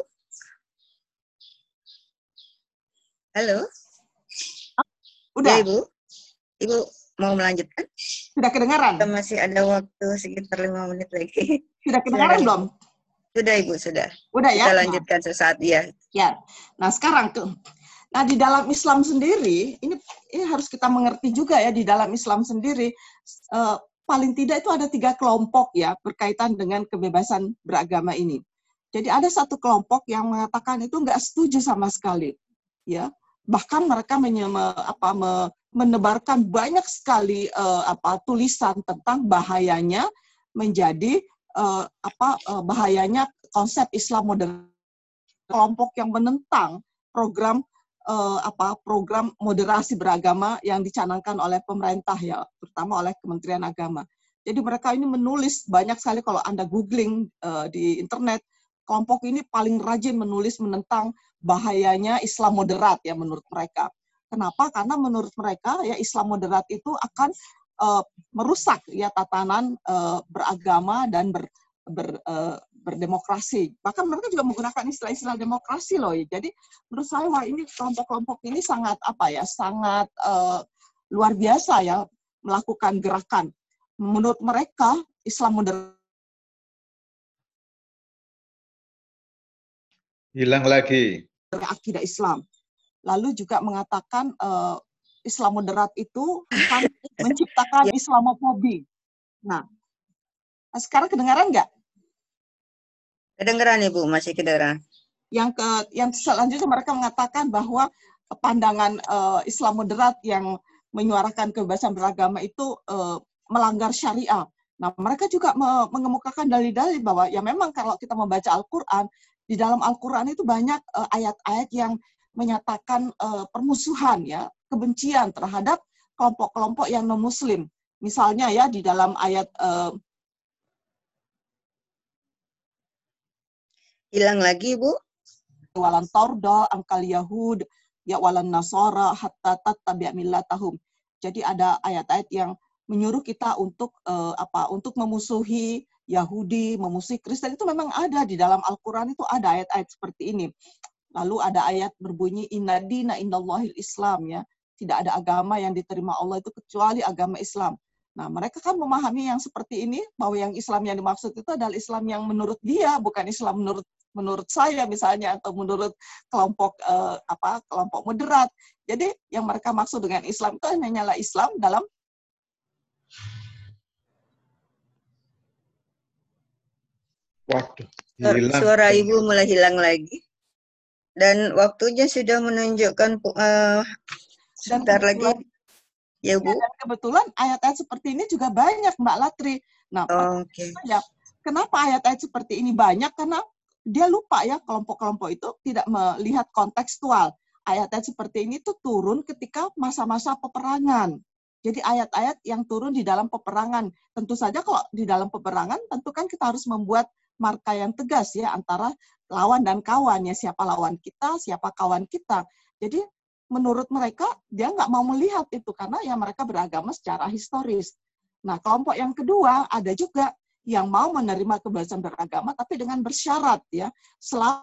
Halo? Udah? Ya, Ibu. Ibu mau melanjutkan? Sudah kedengaran? Kita masih ada waktu sekitar 5 menit lagi. Sudah kedengaran belum? Sudah, Ibu, sudah. Udah ya? Kita lanjutkan sesaat ya. Ya. Nah, sekarang di dalam Islam sendiri, ini harus kita mengerti juga ya, di dalam Islam sendiri, paling tidak itu ada 3 kelompok ya, berkaitan dengan kebebasan beragama ini. Jadi ada satu kelompok yang mengatakan itu nggak setuju sama sekali. Ya. Bahkan mereka menebarkan banyak sekali tulisan tentang bahayanya menjadi bahayanya konsep Islam modern, kelompok yang menentang program moderasi beragama yang dicanangkan oleh pemerintah ya, terutama oleh Kementerian Agama. Jadi mereka ini menulis banyak sekali, kalau Anda googling di internet, kelompok ini paling rajin menulis menentang bahayanya Islam moderat ya menurut mereka. Kenapa? Karena menurut mereka ya Islam moderat itu akan merusak ya tatanan beragama dan berdemokrasi. Bahkan mereka juga menggunakan istilah-istilah demokrasi loh. Jadi menurut saya wah ini kelompok-kelompok ini sangat sangat luar biasa ya melakukan gerakan. Menurut mereka Islam moderat hilang lagi. Akidah Islam. Lalu juga mengatakan Islam moderat itu akan menciptakan Islamofobi. Nah, sekarang kedengaran nggak? Kedengaran Ibu, masih kedengaran. Yang selanjutnya mereka mengatakan bahwa pandangan Islam moderat yang menyuarakan kebebasan beragama itu melanggar syariah. Nah, mereka juga mengemukakan dalil-dalil bahwa ya memang kalau kita membaca Al-Quran, di dalam Al-Quran itu banyak ayat-ayat yang menyatakan permusuhan, ya, kebencian terhadap kelompok-kelompok yang non-Muslim. Misalnya ya di dalam ayat hilang lagi, Bu. Walan tarda angkal Yahud ya walan Nasara hatta tattabi'a millatahum. Jadi ada ayat-ayat yang menyuruh kita untuk untuk memusuhi Yahudi, memusuhi Kristen. Itu memang ada di dalam Al-Quran, itu ada ayat-ayat seperti ini. Lalu ada ayat berbunyi inna dina indallahil Islam, ya. Tidak ada agama yang diterima Allah itu kecuali agama Islam. Nah, mereka kan memahami yang seperti ini, bahwa yang Islam yang dimaksud itu adalah Islam yang menurut dia, bukan Islam menurut saya misalnya, atau menurut kelompok kelompok moderat. Jadi yang mereka maksud dengan Islam itu hanyalah Islam dalam Waduh, hilang. Suara Ibu mulai hilang lagi. Dan waktunya sudah menunjukkan sebentar lagi. Ya, Bu. Dan kebetulan ayat-ayat seperti ini juga banyak, Mbak Latri. Nah, kenapa ayat-ayat seperti ini banyak? Karena dia lupa, ya, kelompok-kelompok itu tidak melihat kontekstual. Ayat-ayat seperti ini tuh turun ketika masa-masa peperangan. Jadi ayat-ayat yang turun di dalam peperangan. Tentu saja kalau di dalam peperangan, tentu kan kita harus membuat marka yang tegas, ya, antara lawan dan kawan, ya, siapa lawan kita, siapa kawan kita. Jadi menurut mereka dia nggak mau melihat itu karena ya mereka beragama secara historis. Nah, kelompok yang kedua ada juga yang mau menerima kebebasan beragama tapi dengan bersyarat, ya, selama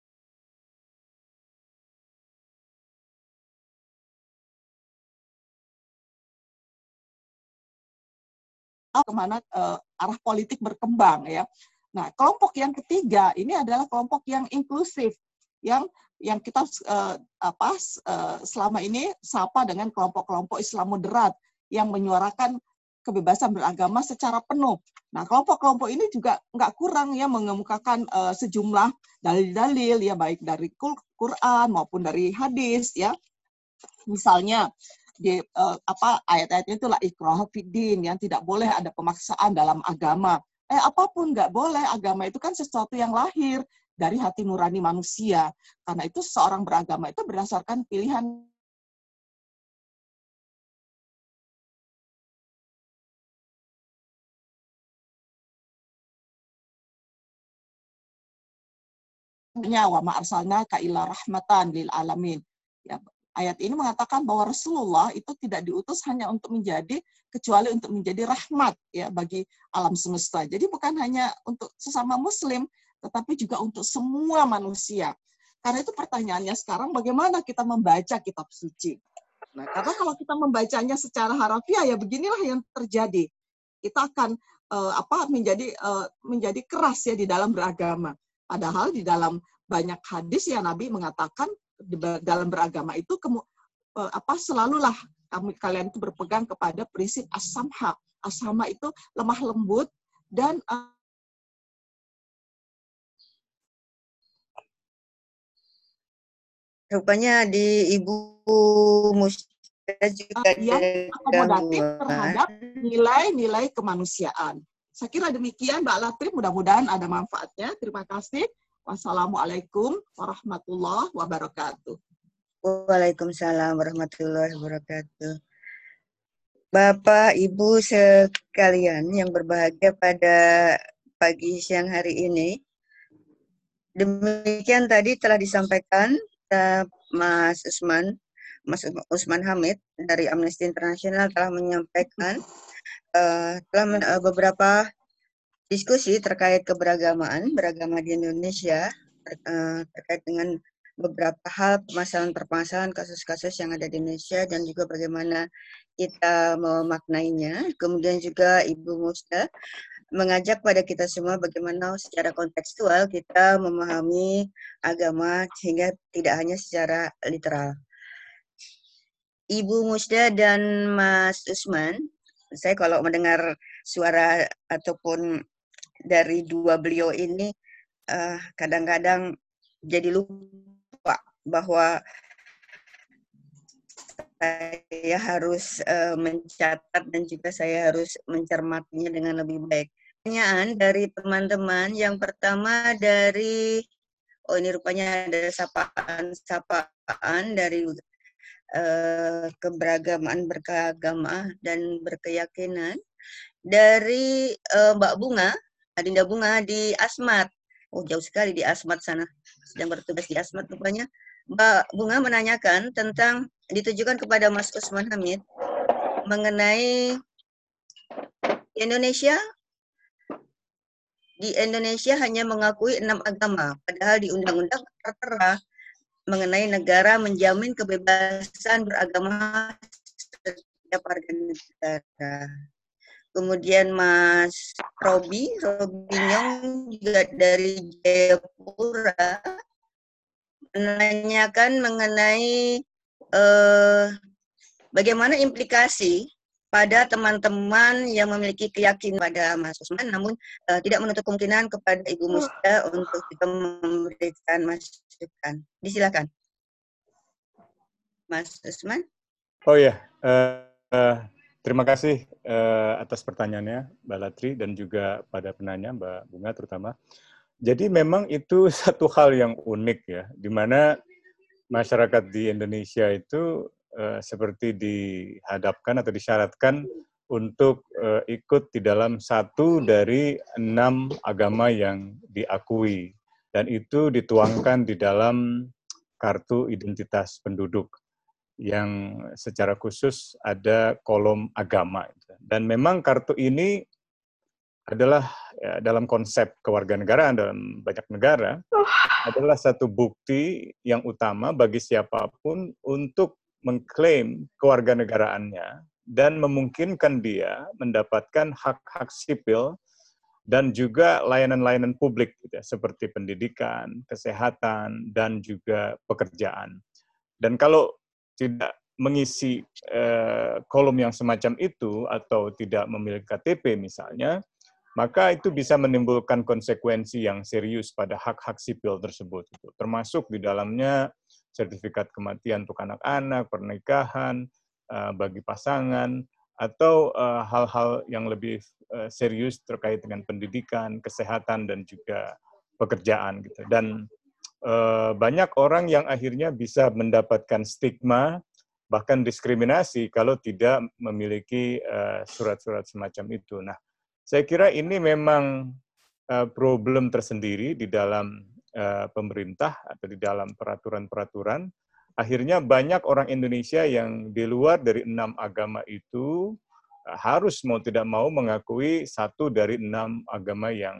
kemana arah politik berkembang, ya. Nah, kelompok yang ketiga ini adalah kelompok yang inklusif, yang kita selama ini sapa dengan kelompok-kelompok Islam moderat yang menyuarakan kebebasan beragama secara penuh. Nah, kelompok-kelompok ini juga nggak kurang, ya, mengemukakan sejumlah dalil-dalil, ya, baik dari Quran maupun dari hadis, ya. Misalnya di ayat-ayatnya itulah ikrah fiddin, yang tidak boleh ada pemaksaan dalam agama. Apapun nggak boleh, agama itu kan sesuatu yang lahir dari hati nurani manusia. Karena itu seorang beragama itu berdasarkan pilihan wa ma arsalnaka illa rahmatan lil alamin. Ya, ayat ini mengatakan bahwa Rasulullah itu tidak diutus hanya untuk kecuali untuk menjadi rahmat, ya, bagi alam semesta. Jadi bukan hanya untuk sesama muslim, tetapi juga untuk semua manusia. Karena itu pertanyaannya sekarang bagaimana kita membaca kitab suci. Nah, karena kalau kita membacanya secara harafiah, ya beginilah yang terjadi. Kita akan menjadi keras, ya, di dalam beragama. Padahal di dalam banyak hadis, ya, Nabi mengatakan dalam beragama itu selalulah kalian itu berpegang kepada prinsip as-samha. As-samha itu lemah lembut dan rupanya di Ibu Musda juga yang akomodatif terhadap nilai-nilai kemanusiaan. Saya kira demikian, Mbak Latri, mudah-mudahan ada manfaatnya. Terima kasih. Wassalamualaikum warahmatullahi wabarakatuh. Waalaikumsalam warahmatullahi wabarakatuh. Bapak, Ibu sekalian yang berbahagia pada pagi siang hari ini, demikian tadi telah disampaikan Mas Usman Hamid dari Amnesty International telah menyampaikan beberapa diskusi terkait keberagamaan, beragama di Indonesia, terkait dengan beberapa hal, permasalahan-permasalahan, kasus-kasus yang ada di Indonesia, dan juga bagaimana kita memaknainya. Kemudian juga Ibu Musda mengajak pada kita semua bagaimana secara kontekstual kita memahami agama sehingga tidak hanya secara literal. Ibu Musda dan Mas Usman, saya kalau mendengar suara ataupun dari dua beliau ini kadang-kadang jadi lupa bahwa saya saya harus mencatat dan juga saya harus mencermatinya dengan lebih baik. Pertanyaan dari teman-teman, yang pertama dari, oh ini rupanya ada sapaan dari keberagamaan berkeagama dan berkeyakinan dari Mbak Bunga, Adinda Bunga di Asmat. Oh jauh sekali di Asmat sana, sedang bertugas di Asmat rupanya. Mbak Bunga menanyakan tentang, ditujukan kepada Mas Usman Hamid, mengenai Indonesia. Di Indonesia hanya mengakui 6 agama, padahal di undang-undang tertera mengenai negara menjamin kebebasan beragama setiap warga negara. Kemudian Mas Robi Nyong juga dari Jayapura menanyakan mengenai bagaimana implikasi pada teman-teman yang memiliki keyakinan pada Mas Usman, namun tidak menutup kemungkinan kepada Ibu Musda untuk kita memberikan masukan. Disilakan, Mas Usman. Oh ya, terima kasih atas pertanyaannya, Mbak Latri, dan juga pada penanya, Mbak Bunga terutama. Jadi memang itu satu hal yang unik ya, di mana masyarakat di Indonesia itu seperti dihadapkan atau disyaratkan untuk ikut di dalam satu dari 6 agama yang diakui, dan itu dituangkan di dalam kartu identitas penduduk yang secara khusus ada kolom agama. Dan memang kartu ini adalah ya, dalam konsep kewarganegaraan dalam banyak negara adalah satu bukti yang utama bagi siapapun untuk mengklaim kewarganegaraannya dan memungkinkan dia mendapatkan hak-hak sipil dan juga layanan-layanan publik gitu ya, seperti pendidikan, kesehatan, dan juga pekerjaan. Dan kalau tidak mengisi kolom yang semacam itu atau tidak memiliki KTP misalnya, maka itu bisa menimbulkan konsekuensi yang serius pada hak-hak sipil tersebut. Termasuk di dalamnya sertifikat kematian untuk anak-anak, pernikahan, bagi pasangan, atau hal-hal yang lebih serius terkait dengan pendidikan, kesehatan, dan juga pekerjaan. Gitu. Dan banyak orang yang akhirnya bisa mendapatkan stigma, bahkan diskriminasi kalau tidak memiliki surat-surat semacam itu. Nah, saya kira ini memang problem tersendiri di dalam pemerintah atau di dalam peraturan-peraturan. Akhirnya banyak orang Indonesia yang di luar dari 6 agama itu harus mau tidak mau mengakui satu dari 6 agama yang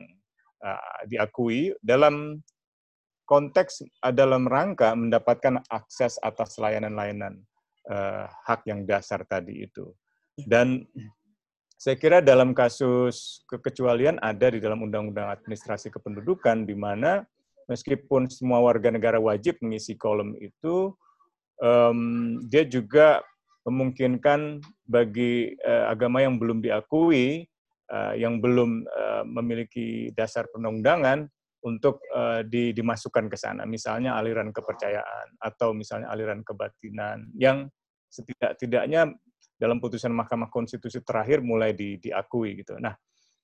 diakui dalam konteks dalam rangka mendapatkan akses atas layanan-layanan hak yang dasar tadi itu. Dan saya kira dalam kasus kekecualian ada di dalam Undang-Undang Administrasi Kependudukan, di mana meskipun semua warga negara wajib mengisi kolom itu, dia juga memungkinkan bagi agama yang belum diakui, yang belum memiliki dasar perundang-undangan, untuk dimasukkan ke sana. Misalnya aliran kepercayaan, atau misalnya aliran kebatinan, yang setidak-tidaknya dalam putusan Mahkamah Konstitusi terakhir mulai diakui gitu. Nah,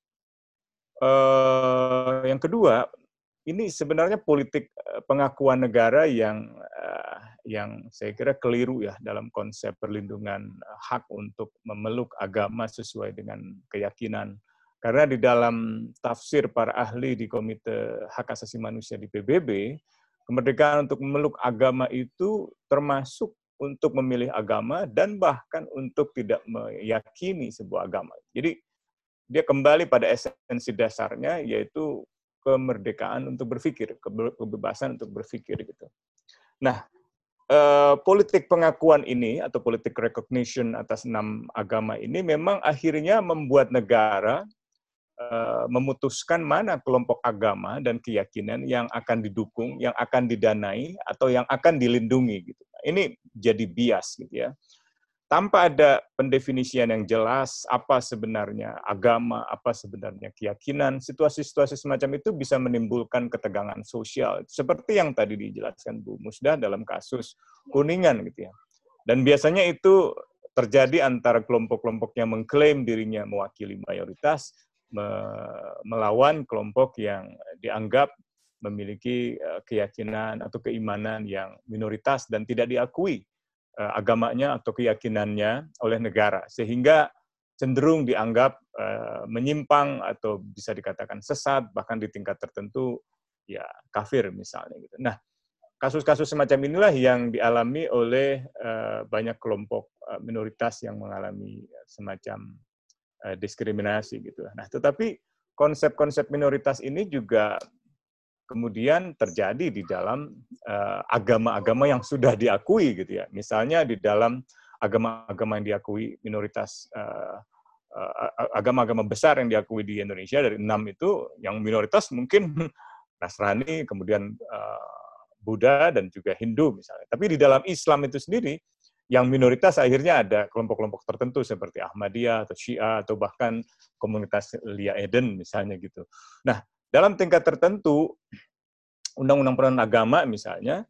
yang kedua, ini sebenarnya politik pengakuan negara yang saya kira keliru ya dalam konsep perlindungan hak untuk memeluk agama sesuai dengan keyakinan. Karena di dalam tafsir para ahli di Komite Hak Asasi Manusia di PBB, kemerdekaan untuk memeluk agama itu termasuk untuk memilih agama dan bahkan untuk tidak meyakini sebuah agama. Jadi dia kembali pada esensi dasarnya, yaitu kemerdekaan untuk berpikir, kebebasan untuk berpikir gitu. Nah, politik pengakuan ini atau politik recognition atas 6 agama ini memang akhirnya membuat negara memutuskan mana kelompok agama dan keyakinan yang akan didukung, yang akan didanai, atau yang akan dilindungi. Gitu. Ini jadi bias, gitu ya. Tanpa ada pendefinisian yang jelas apa sebenarnya agama, apa sebenarnya keyakinan, situasi-situasi semacam itu bisa menimbulkan ketegangan sosial. Seperti yang tadi dijelaskan Bu Musda dalam kasus Kuningan, gitu ya. Dan biasanya itu terjadi antara kelompok-kelompok yang mengklaim dirinya mewakili mayoritas melawan kelompok yang dianggap memiliki keyakinan atau keimanan yang minoritas dan tidak diakui agamanya atau keyakinannya oleh negara, sehingga cenderung dianggap menyimpang atau bisa dikatakan sesat, bahkan di tingkat tertentu ya kafir misalnya gitu. Nah, kasus-kasus semacam inilah yang dialami oleh banyak kelompok minoritas yang mengalami semacam diskriminasi gitu. Nah, tetapi konsep-konsep minoritas ini juga kemudian terjadi di dalam agama-agama yang sudah diakui gitu ya. Misalnya di dalam agama-agama yang diakui minoritas, agama-agama besar yang diakui di Indonesia dari 6 itu, yang minoritas mungkin Nasrani, kemudian Buddha, dan juga Hindu misalnya. Tapi di dalam Islam itu sendiri, yang minoritas akhirnya ada kelompok-kelompok tertentu seperti Ahmadiyah atau Syiah atau bahkan komunitas Lia Eden misalnya gitu. Nah, dalam tingkat tertentu, undang-undang peran agama misalnya,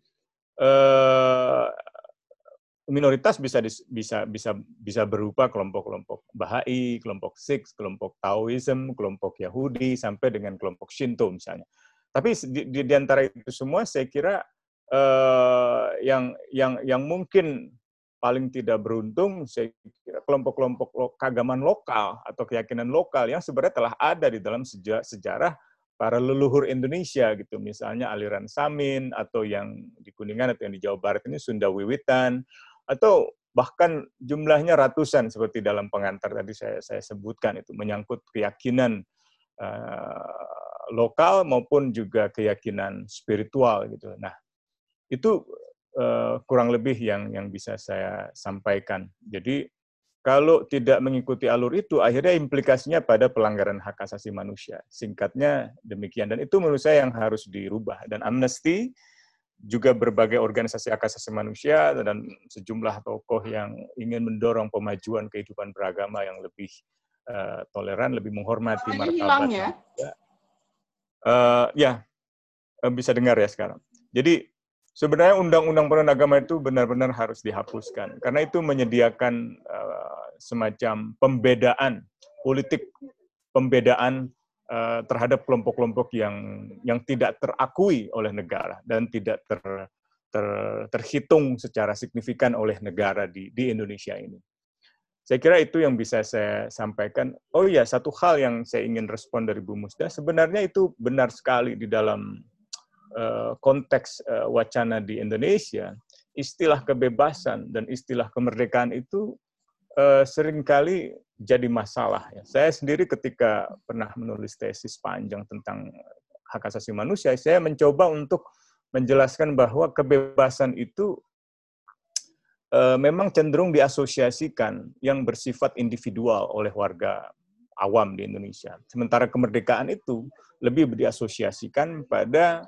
minoritas bisa berupa kelompok-kelompok Bahai, kelompok Sikh, kelompok Taoism, kelompok Yahudi, sampai dengan kelompok Shinto misalnya. Tapi di antara itu semua, saya kira yang mungkin paling tidak beruntung, saya kira kelompok-kelompok keagamaan lokal atau keyakinan lokal yang sebenarnya telah ada di dalam sejarah para leluhur Indonesia gitu. Misalnya aliran Samin, atau yang di Kuningan atau yang di Jawa Barat ini Sunda Wiwitan, atau bahkan jumlahnya ratusan seperti dalam pengantar tadi saya sebutkan, itu menyangkut keyakinan lokal maupun juga keyakinan spiritual gitu. Nah, itu kurang lebih yang bisa saya sampaikan. Jadi kalau tidak mengikuti alur itu, akhirnya implikasinya pada pelanggaran hak asasi manusia. Singkatnya demikian. Dan itu menurut saya yang harus dirubah. Dan Amnesty, juga berbagai organisasi hak asasi manusia, dan sejumlah tokoh yang ingin mendorong pemajuan kehidupan beragama yang lebih toleran, lebih menghormati martabat manusia. Ya, bisa dengar ya sekarang. Jadi, sebenarnya undang-undang peran agama itu benar-benar harus dihapuskan, karena itu menyediakan semacam pembedaan politik, pembedaan terhadap kelompok-kelompok yang tidak terakui oleh negara dan tidak terhitung secara signifikan oleh negara di Indonesia ini. Saya kira itu yang bisa saya sampaikan. Oh iya, satu hal yang saya ingin respon dari Bu Musda, sebenarnya itu benar sekali di dalam konteks wacana di Indonesia, istilah kebebasan dan istilah kemerdekaan itu seringkali jadi masalah. Saya sendiri ketika pernah menulis tesis panjang tentang hak asasi manusia, saya mencoba untuk menjelaskan bahwa kebebasan itu memang cenderung diasosiasikan yang bersifat individual oleh warga awam di Indonesia. Sementara kemerdekaan itu lebih diasosiasikan pada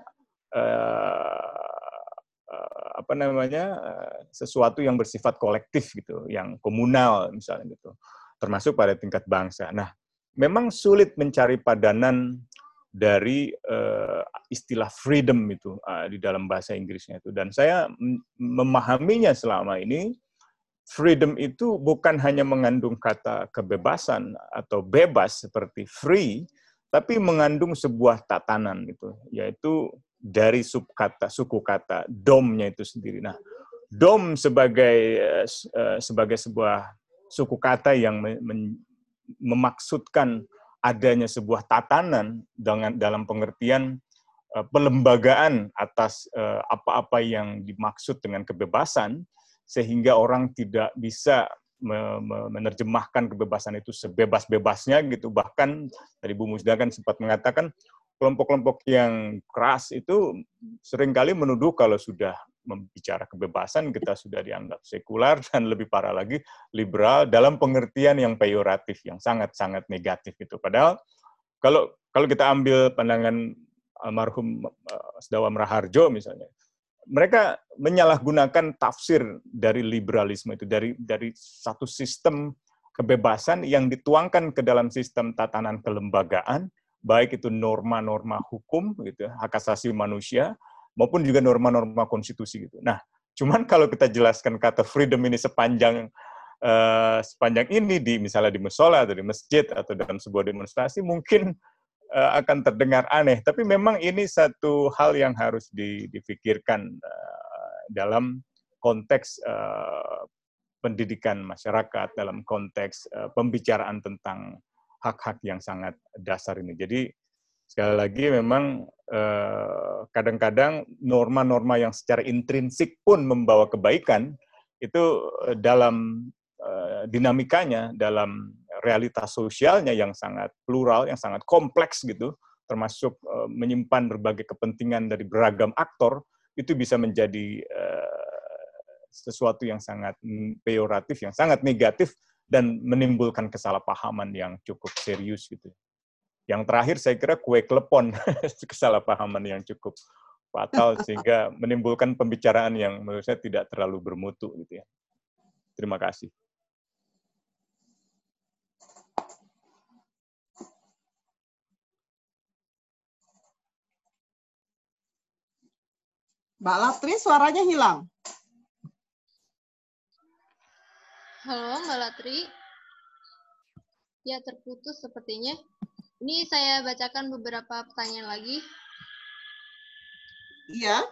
sesuatu yang bersifat kolektif gitu, yang komunal misalnya gitu, termasuk pada tingkat bangsa. Nah, memang sulit mencari padanan dari istilah freedom itu di dalam bahasa Inggrisnya itu. Dan saya memahaminya selama ini, freedom itu bukan hanya mengandung kata kebebasan atau bebas seperti free, tapi mengandung sebuah tatanan gitu, yaitu dari suku kata domnya itu sendiri. Nah, dom sebagai sebuah suku kata yang memaksudkan adanya sebuah tatanan dalam pengertian pelembagaan atas apa-apa yang dimaksud dengan kebebasan, sehingga orang tidak bisa menerjemahkan kebebasan itu sebebas-bebasnya gitu. Bahkan tadi Bu Musda kan sempat mengatakan kelompok-kelompok yang keras itu seringkali menuduh kalau sudah membicara kebebasan kita sudah dianggap sekular dan lebih parah lagi liberal dalam pengertian yang peyoratif, yang sangat-sangat negatif gitu. Padahal kalau kita ambil pandangan almarhum Sedawam Raharjo misalnya, mereka menyalahgunakan tafsir dari liberalisme itu, dari satu sistem kebebasan yang dituangkan ke dalam sistem tatanan kelembagaan, baik itu norma-norma hukum gitu, hak asasi manusia, maupun juga norma-norma konstitusi gitu. Nah, cuman kalau kita jelaskan kata freedom ini sepanjang sepanjang ini misalnya di musola atau di masjid atau dalam sebuah demonstrasi mungkin akan terdengar aneh, tapi memang ini satu hal yang harus difikirkan dalam konteks pendidikan masyarakat, dalam konteks pembicaraan tentang hak-hak yang sangat dasar ini. Jadi sekali lagi memang kadang-kadang norma-norma yang secara intrinsik pun membawa kebaikan itu dalam dinamikanya, dalam realitas sosialnya yang sangat plural, yang sangat kompleks gitu, termasuk menyimpan berbagai kepentingan dari beragam aktor, itu bisa menjadi sesuatu yang sangat peyoratif, yang sangat negatif, dan menimbulkan kesalahpahaman yang cukup serius gitu. Yang terakhir saya kira kue klepon, kesalahpahaman yang cukup fatal sehingga menimbulkan pembicaraan yang menurut saya tidak terlalu bermutu gitu ya. Terima kasih. Mbak Latri, suaranya hilang. Halo, Mbak Latri. Ya, terputus sepertinya. Ini saya bacakan beberapa pertanyaan lagi. Iya.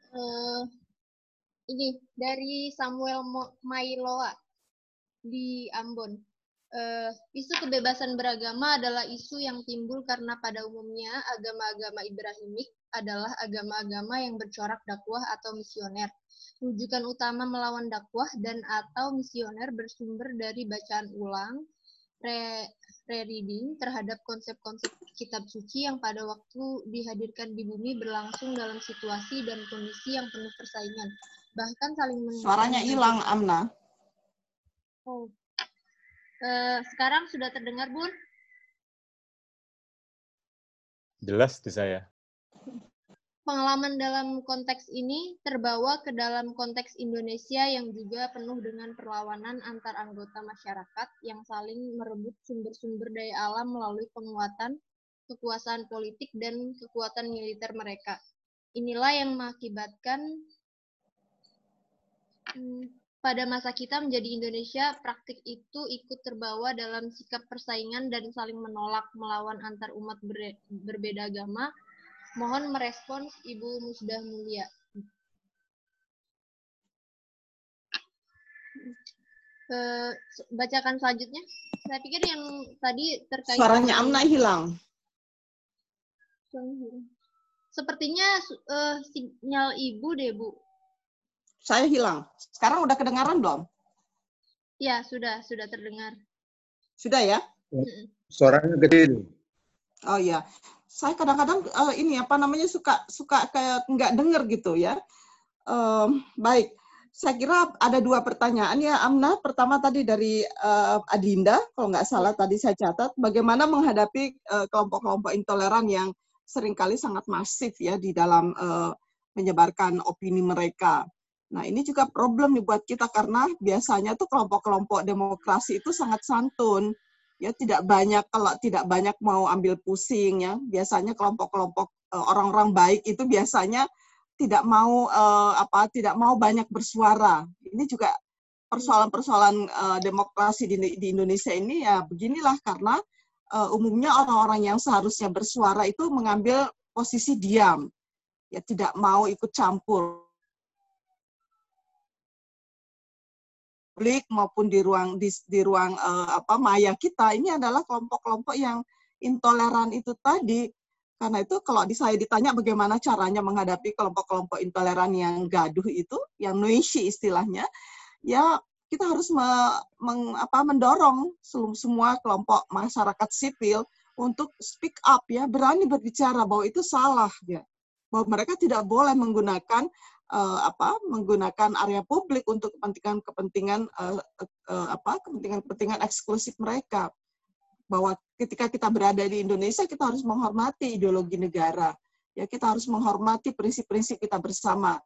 Ini dari Samuel Mailoa di Ambon. Isu kebebasan beragama adalah isu yang timbul karena pada umumnya agama-agama Ibrahimik adalah agama-agama yang bercorak dakwah atau misioner. Rujukan utama melawan dakwah dan atau misioner bersumber dari bacaan ulang, rereading terhadap konsep-konsep kitab suci yang pada waktu dihadirkan di bumi berlangsung dalam situasi dan kondisi yang penuh persaingan. Bahkan saling Suaranya hilang, Amna. Oh. Sekarang sudah terdengar, Bun? Jelas di saya. Pengalaman dalam konteks ini terbawa ke dalam konteks Indonesia yang juga penuh dengan perlawanan antar anggota masyarakat yang saling merebut sumber-sumber daya alam melalui penguatan, kekuasaan politik, dan kekuatan militer mereka. Inilah yang mengakibatkan pada masa kita menjadi Indonesia, praktik itu ikut terbawa dalam sikap persaingan dan saling menolak melawan antar umat berbeda agama. Mohon merespons Ibu Musdah Mulia. Bacakan selanjutnya. Saya pikir yang tadi terkait suaranya Amna hilang. Sepertinya sinyal Ibu deh, Bu. Saya hilang. Sekarang udah kedengaran belum? Ya, sudah terdengar. Sudah ya? Suaranya gede. Oh iya. Saya kadang-kadang ini apa namanya suka kayak nggak dengar gitu ya. Baik. Saya kira ada dua pertanyaan ya, Amna. Pertama tadi dari Adinda, kalau nggak salah tadi saya catat, bagaimana menghadapi kelompok-kelompok intoleran yang seringkali sangat masif ya di dalam menyebarkan opini mereka. Nah, ini juga problem nih buat kita karena biasanya tuh kelompok-kelompok demokrasi itu sangat santun. Ya, tidak banyak, kalau tidak banyak mau ambil pusing ya. Biasanya kelompok-kelompok orang-orang baik itu biasanya tidak mau tidak mau banyak bersuara. Ini juga persoalan-persoalan demokrasi di Indonesia ini ya beginilah karena umumnya orang-orang yang seharusnya bersuara itu mengambil posisi diam. Ya, tidak mau ikut campur. Publik maupun di ruang maya kita, ini adalah kelompok-kelompok yang intoleran itu tadi. Karena itu kalau saya ditanya bagaimana caranya menghadapi kelompok-kelompok intoleran yang gaduh itu, yang noisy istilahnya, ya kita harus mendorong semua kelompok masyarakat sipil untuk speak up ya, berani berbicara bahwa itu salah ya. Bahwa mereka tidak boleh menggunakan menggunakan area publik untuk kepentingan eksklusif mereka. Bahwa ketika kita berada di Indonesia kita harus menghormati ideologi negara. Ya, kita harus menghormati prinsip-prinsip kita bersama.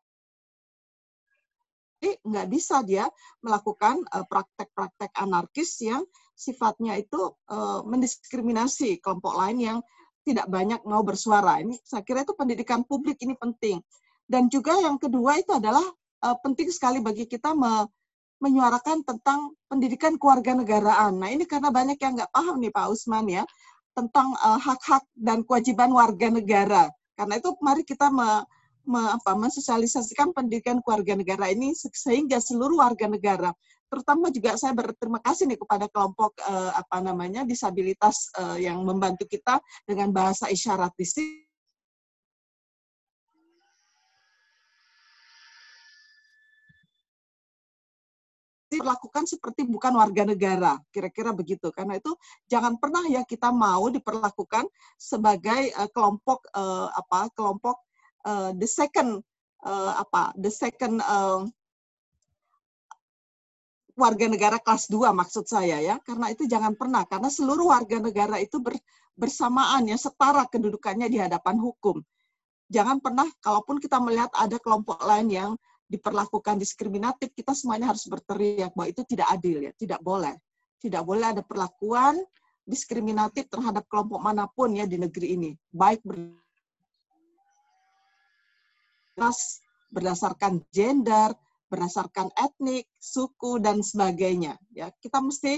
Jadi nggak bisa dia melakukan praktek-praktek anarkis yang sifatnya itu mendiskriminasi kelompok lain yang tidak banyak mau bersuara. Ini saya kira itu pendidikan publik ini penting. Dan juga yang kedua itu adalah penting sekali bagi kita menyuarakan tentang pendidikan kewarganegaraan. Nah, ini karena banyak yang nggak paham nih Pak Usman ya, tentang hak-hak dan kewajiban warga negara. Karena itu mari kita mensosialisasikan pendidikan kewarganegaraan ini sehingga seluruh warga negara, terutama juga saya berterima kasih nih kepada kelompok disabilitas yang membantu kita dengan bahasa isyarat di sini. Diperlakukan seperti bukan warga negara, kira-kira begitu. Karena itu jangan pernah ya kita mau diperlakukan sebagai kelompok the second warga negara kelas 2 maksud saya ya. Karena itu jangan pernah, karena seluruh warga negara itu bersamaan ya, setara kedudukannya di hadapan hukum. Jangan pernah, kalaupun kita melihat ada kelompok lain yang diperlakukan diskriminatif, kita semuanya harus berteriak bahwa itu tidak adil ya, tidak boleh. Tidak boleh ada perlakuan diskriminatif terhadap kelompok manapun ya di negeri ini, baik berdasarkan gender, berdasarkan etnik, suku dan sebagainya. Ya, kita mesti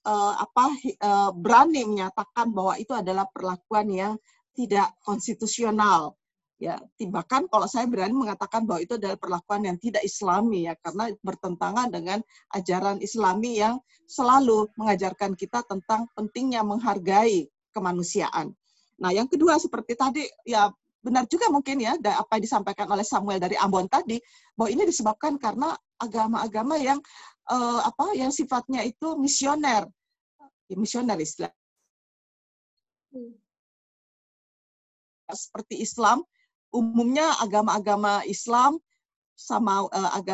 berani menyatakan bahwa itu adalah perlakuan yang tidak konstitusional. Ya, bahkan kalau saya berani mengatakan bahwa itu adalah perlakuan yang tidak Islami ya, karena bertentangan dengan ajaran Islami yang selalu mengajarkan kita tentang pentingnya menghargai kemanusiaan. Nah, yang kedua seperti tadi ya benar juga mungkin ya apa yang disampaikan oleh Samuel dari Ambon tadi, bahwa ini disebabkan karena agama-agama yang yang sifatnya itu misioner. Ya, misioner istilah. Seperti Islam, umumnya agama-agama Islam sama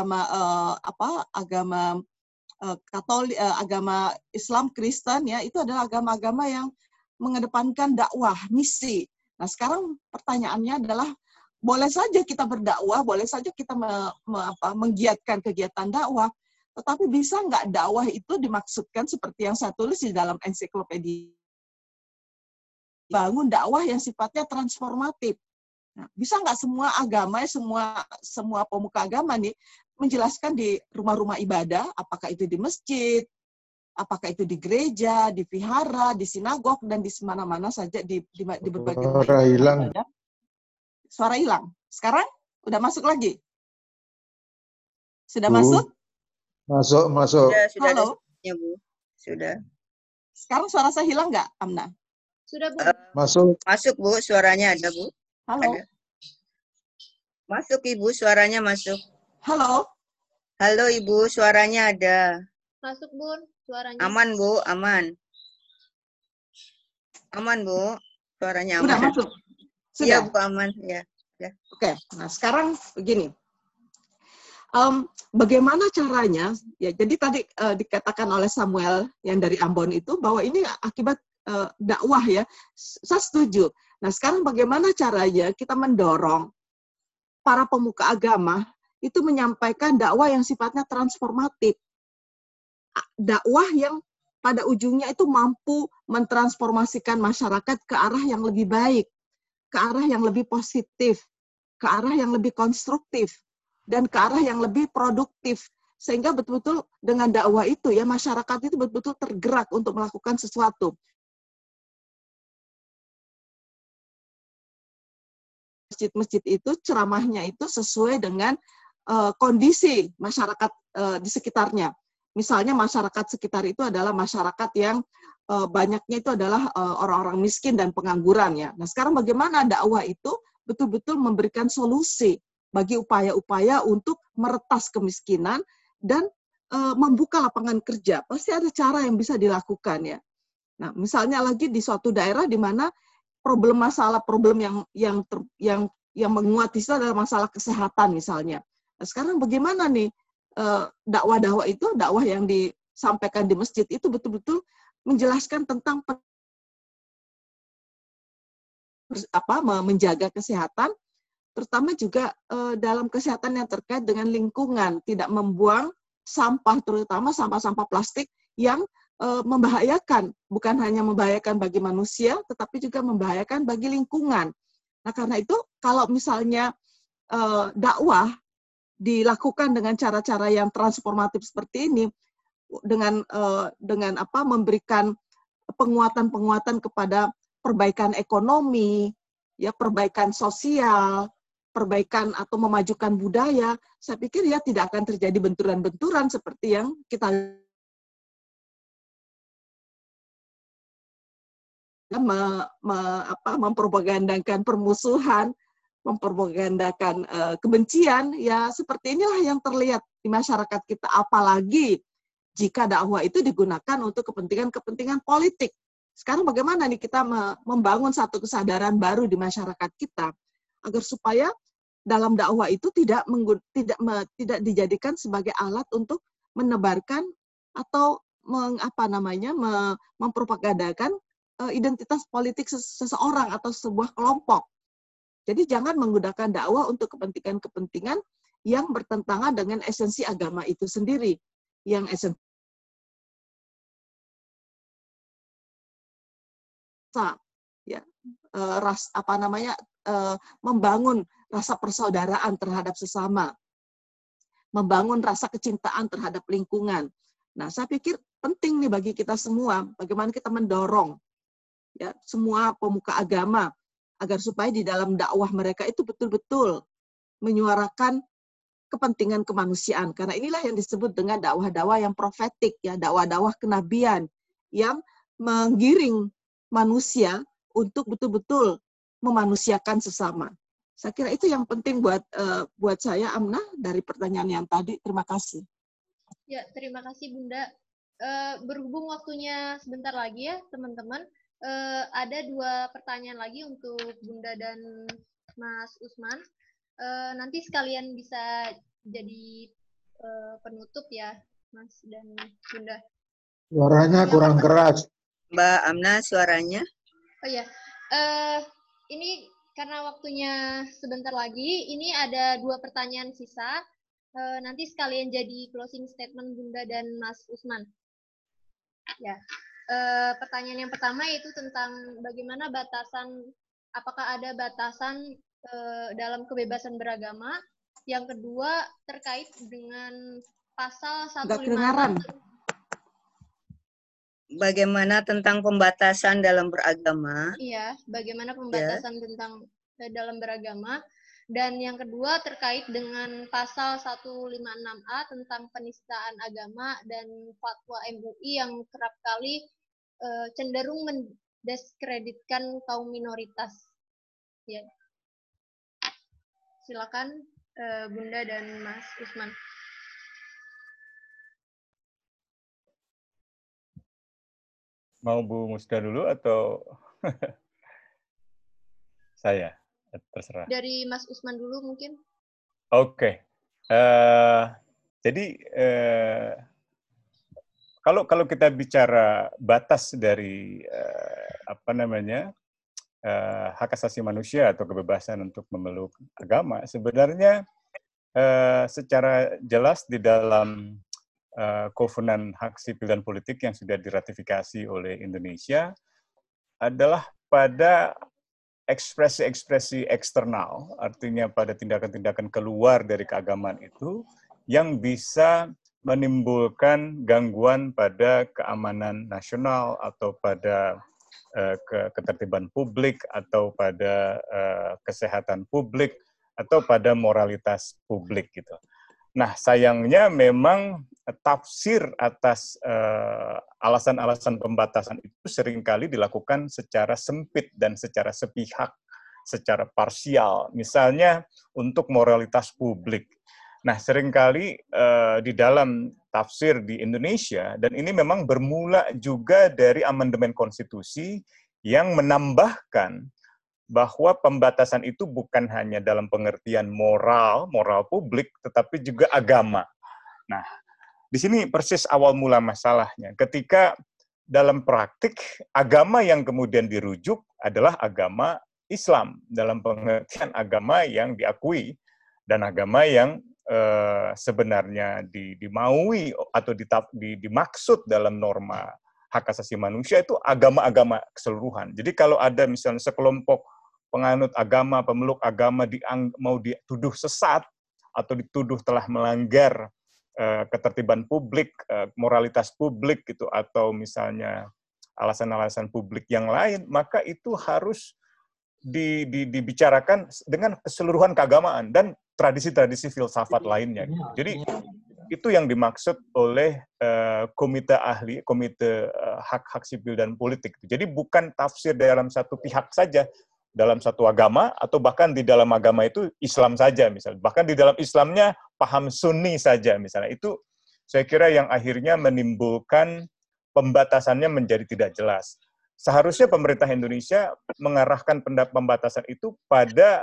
agama Katolik, agama Islam, Kristen ya, itu adalah agama-agama yang mengedepankan dakwah, misi. Nah, sekarang pertanyaannya adalah boleh saja kita berdakwah, boleh saja kita menggiatkan kegiatan dakwah, tetapi bisa nggak dakwah itu dimaksudkan seperti yang saya tulis di dalam ensiklopedia, bangun dakwah yang sifatnya transformatif. Nah, bisa nggak semua agama, semua pemuka agama nih menjelaskan di rumah-rumah ibadah, apakah itu di masjid, apakah itu di gereja, di vihara, di sinagog, dan di mana-mana saja di berbagai rumah ibadah. Suara hilang. Sekarang udah masuk lagi? Sudah masuk? Masuk. Sudah halo? Ya, Bu. Sudah. Sekarang suara saya hilang nggak, Amna? Sudah, Bu. Masuk, Bu. Suaranya ada, Bu. Halo? Ada. Masuk, Ibu. Suaranya masuk. Halo? Halo, Ibu. Suaranya ada. Masuk, Bun. Suaranya. Aman, Bu. Aman. Aman, Bu. Suaranya aman. Udah masuk? Iya, Sudah? Bu. Aman. Ya. Oke. Nah, sekarang begini. Bagaimana caranya? Ya, jadi tadi dikatakan oleh Samuel yang dari Ambon itu bahwa ini akibat dakwah ya. Saya setuju. Nah, sekarang bagaimana caranya kita mendorong para pemuka agama itu menyampaikan dakwah yang sifatnya transformatif. Dakwah yang pada ujungnya itu mampu mentransformasikan masyarakat ke arah yang lebih baik, ke arah yang lebih positif, ke arah yang lebih konstruktif, dan ke arah yang lebih produktif. Sehingga betul-betul dengan dakwah itu ya masyarakat itu betul-betul tergerak untuk melakukan sesuatu. Masjid-masjid itu ceramahnya itu sesuai dengan kondisi masyarakat di sekitarnya. Misalnya masyarakat sekitar itu adalah masyarakat yang banyaknya itu adalah orang-orang miskin dan pengangguran ya. Nah, sekarang bagaimana dakwah itu betul-betul memberikan solusi bagi upaya-upaya untuk meretas kemiskinan dan membuka lapangan kerja. Pasti ada cara yang bisa dilakukan ya. Nah, misalnya lagi di suatu daerah di mana problem yang menguat itu adalah masalah kesehatan misalnya. Nah, sekarang bagaimana nih dakwah-dakwah itu, dakwah yang disampaikan di masjid itu betul-betul menjelaskan tentang menjaga kesehatan, terutama juga dalam kesehatan yang terkait dengan lingkungan, tidak membuang sampah, terutama sampah-sampah plastik yang membahayakan, bukan hanya membahayakan bagi manusia, tetapi juga membahayakan bagi lingkungan. Nah, karena itu kalau misalnya dakwah dilakukan dengan cara-cara yang transformatif seperti ini, dengan memberikan penguatan-penguatan kepada perbaikan ekonomi, ya perbaikan sosial, perbaikan atau memajukan budaya, saya pikir ya tidak akan terjadi benturan-benturan seperti yang kita mempropagandakan permusuhan, mempropagandakan kebencian, ya seperti inilah yang terlihat di masyarakat kita, apalagi jika dakwah itu digunakan untuk kepentingan-kepentingan politik. Sekarang bagaimana nih kita membangun satu kesadaran baru di masyarakat kita agar supaya dalam dakwah itu tidak dijadikan sebagai alat untuk menebarkan atau mempropagandakan identitas politik seseorang atau sebuah kelompok. Jadi jangan menggunakan dakwah untuk kepentingan-kepentingan yang bertentangan dengan esensi agama itu sendiri, yang esensi ya membangun rasa persaudaraan terhadap sesama, membangun rasa kecintaan terhadap lingkungan. Nah, saya pikir penting nih bagi kita semua bagaimana kita mendorong ya semua pemuka agama agar supaya di dalam dakwah mereka itu betul-betul menyuarakan kepentingan kemanusiaan, karena inilah yang disebut dengan dakwah-dakwah yang profetik, ya dakwah-dakwah kenabian yang menggiring manusia untuk betul-betul memanusiakan sesama. Saya kira itu yang penting buat saya, Amnah, dari pertanyaan yang tadi. Terima kasih. Ya, terima kasih Bunda. Berhubung waktunya sebentar lagi ya teman-teman, ada 2 pertanyaan lagi untuk Bunda dan Mas Usman. Nanti sekalian bisa jadi penutup ya, Mas dan Bunda. Suaranya kurang keras. Mbak Amna, suaranya. Oh ya, ini karena waktunya sebentar lagi, ini ada 2 pertanyaan sisa. Nanti sekalian jadi closing statement Bunda dan Mas Usman. Ya, pertanyaan yang pertama yaitu tentang bagaimana apakah ada batasan dalam kebebasan beragama. Yang kedua terkait dengan pasal 156. Bagaimana tentang pembatasan dalam beragama? Iya, bagaimana pembatasan tentang dalam beragama. Dan yang kedua terkait dengan pasal 156A tentang penistaan agama dan fatwa MUI yang kerap kali cenderung mendiskreditkan kaum minoritas. Ya. Silakan Bunda dan Mas Usman. Mau Bu Musda dulu atau saya? Terserah. Dari Mas Usman dulu mungkin. Oke. Jadi kalau kita bicara batas dari hak asasi manusia atau kebebasan untuk memeluk agama, sebenarnya secara jelas di dalam Kovenan Hak Sipil dan Politik yang sudah diratifikasi oleh Indonesia adalah pada ekspresi-ekspresi eksternal, artinya pada tindakan-tindakan keluar dari keagamaan itu yang bisa menimbulkan gangguan pada keamanan nasional atau pada ketertiban publik atau pada kesehatan publik atau pada moralitas publik gitu. Nah, sayangnya memang tafsir atas alasan-alasan pembatasan itu seringkali dilakukan secara sempit dan secara sepihak, secara parsial. Misalnya untuk moralitas publik. Nah, seringkali di dalam tafsir di Indonesia, dan ini memang bermula juga dari amandemen konstitusi yang menambahkan bahwa pembatasan itu bukan hanya dalam pengertian moral publik, tetapi juga agama. Nah, di sini persis awal mula masalahnya. Ketika dalam praktik, agama yang kemudian dirujuk adalah agama Islam, dalam pengertian agama yang diakui, dan agama yang sebenarnya dimaui atau dimaksud dalam norma hak asasi manusia itu agama-agama keseluruhan. Jadi kalau ada misalnya sekelompok penganut agama, pemeluk agama mau dituduh sesat atau dituduh telah melanggar ketertiban publik, moralitas publik gitu, atau misalnya alasan-alasan publik yang lain, maka itu harus dibicarakan dengan keseluruhan keagamaan dan tradisi-tradisi filsafat lainnya. Gitu. Jadi itu yang dimaksud oleh komite ahli, komite hak-hak sipil dan politik. Jadi bukan tafsir dalam satu pihak saja, dalam satu agama, atau bahkan di dalam agama itu Islam saja misalnya. Bahkan di dalam Islamnya paham Sunni saja misalnya. Itu saya kira yang akhirnya menimbulkan pembatasannya menjadi tidak jelas. Seharusnya pemerintah Indonesia mengarahkan pembatasan itu pada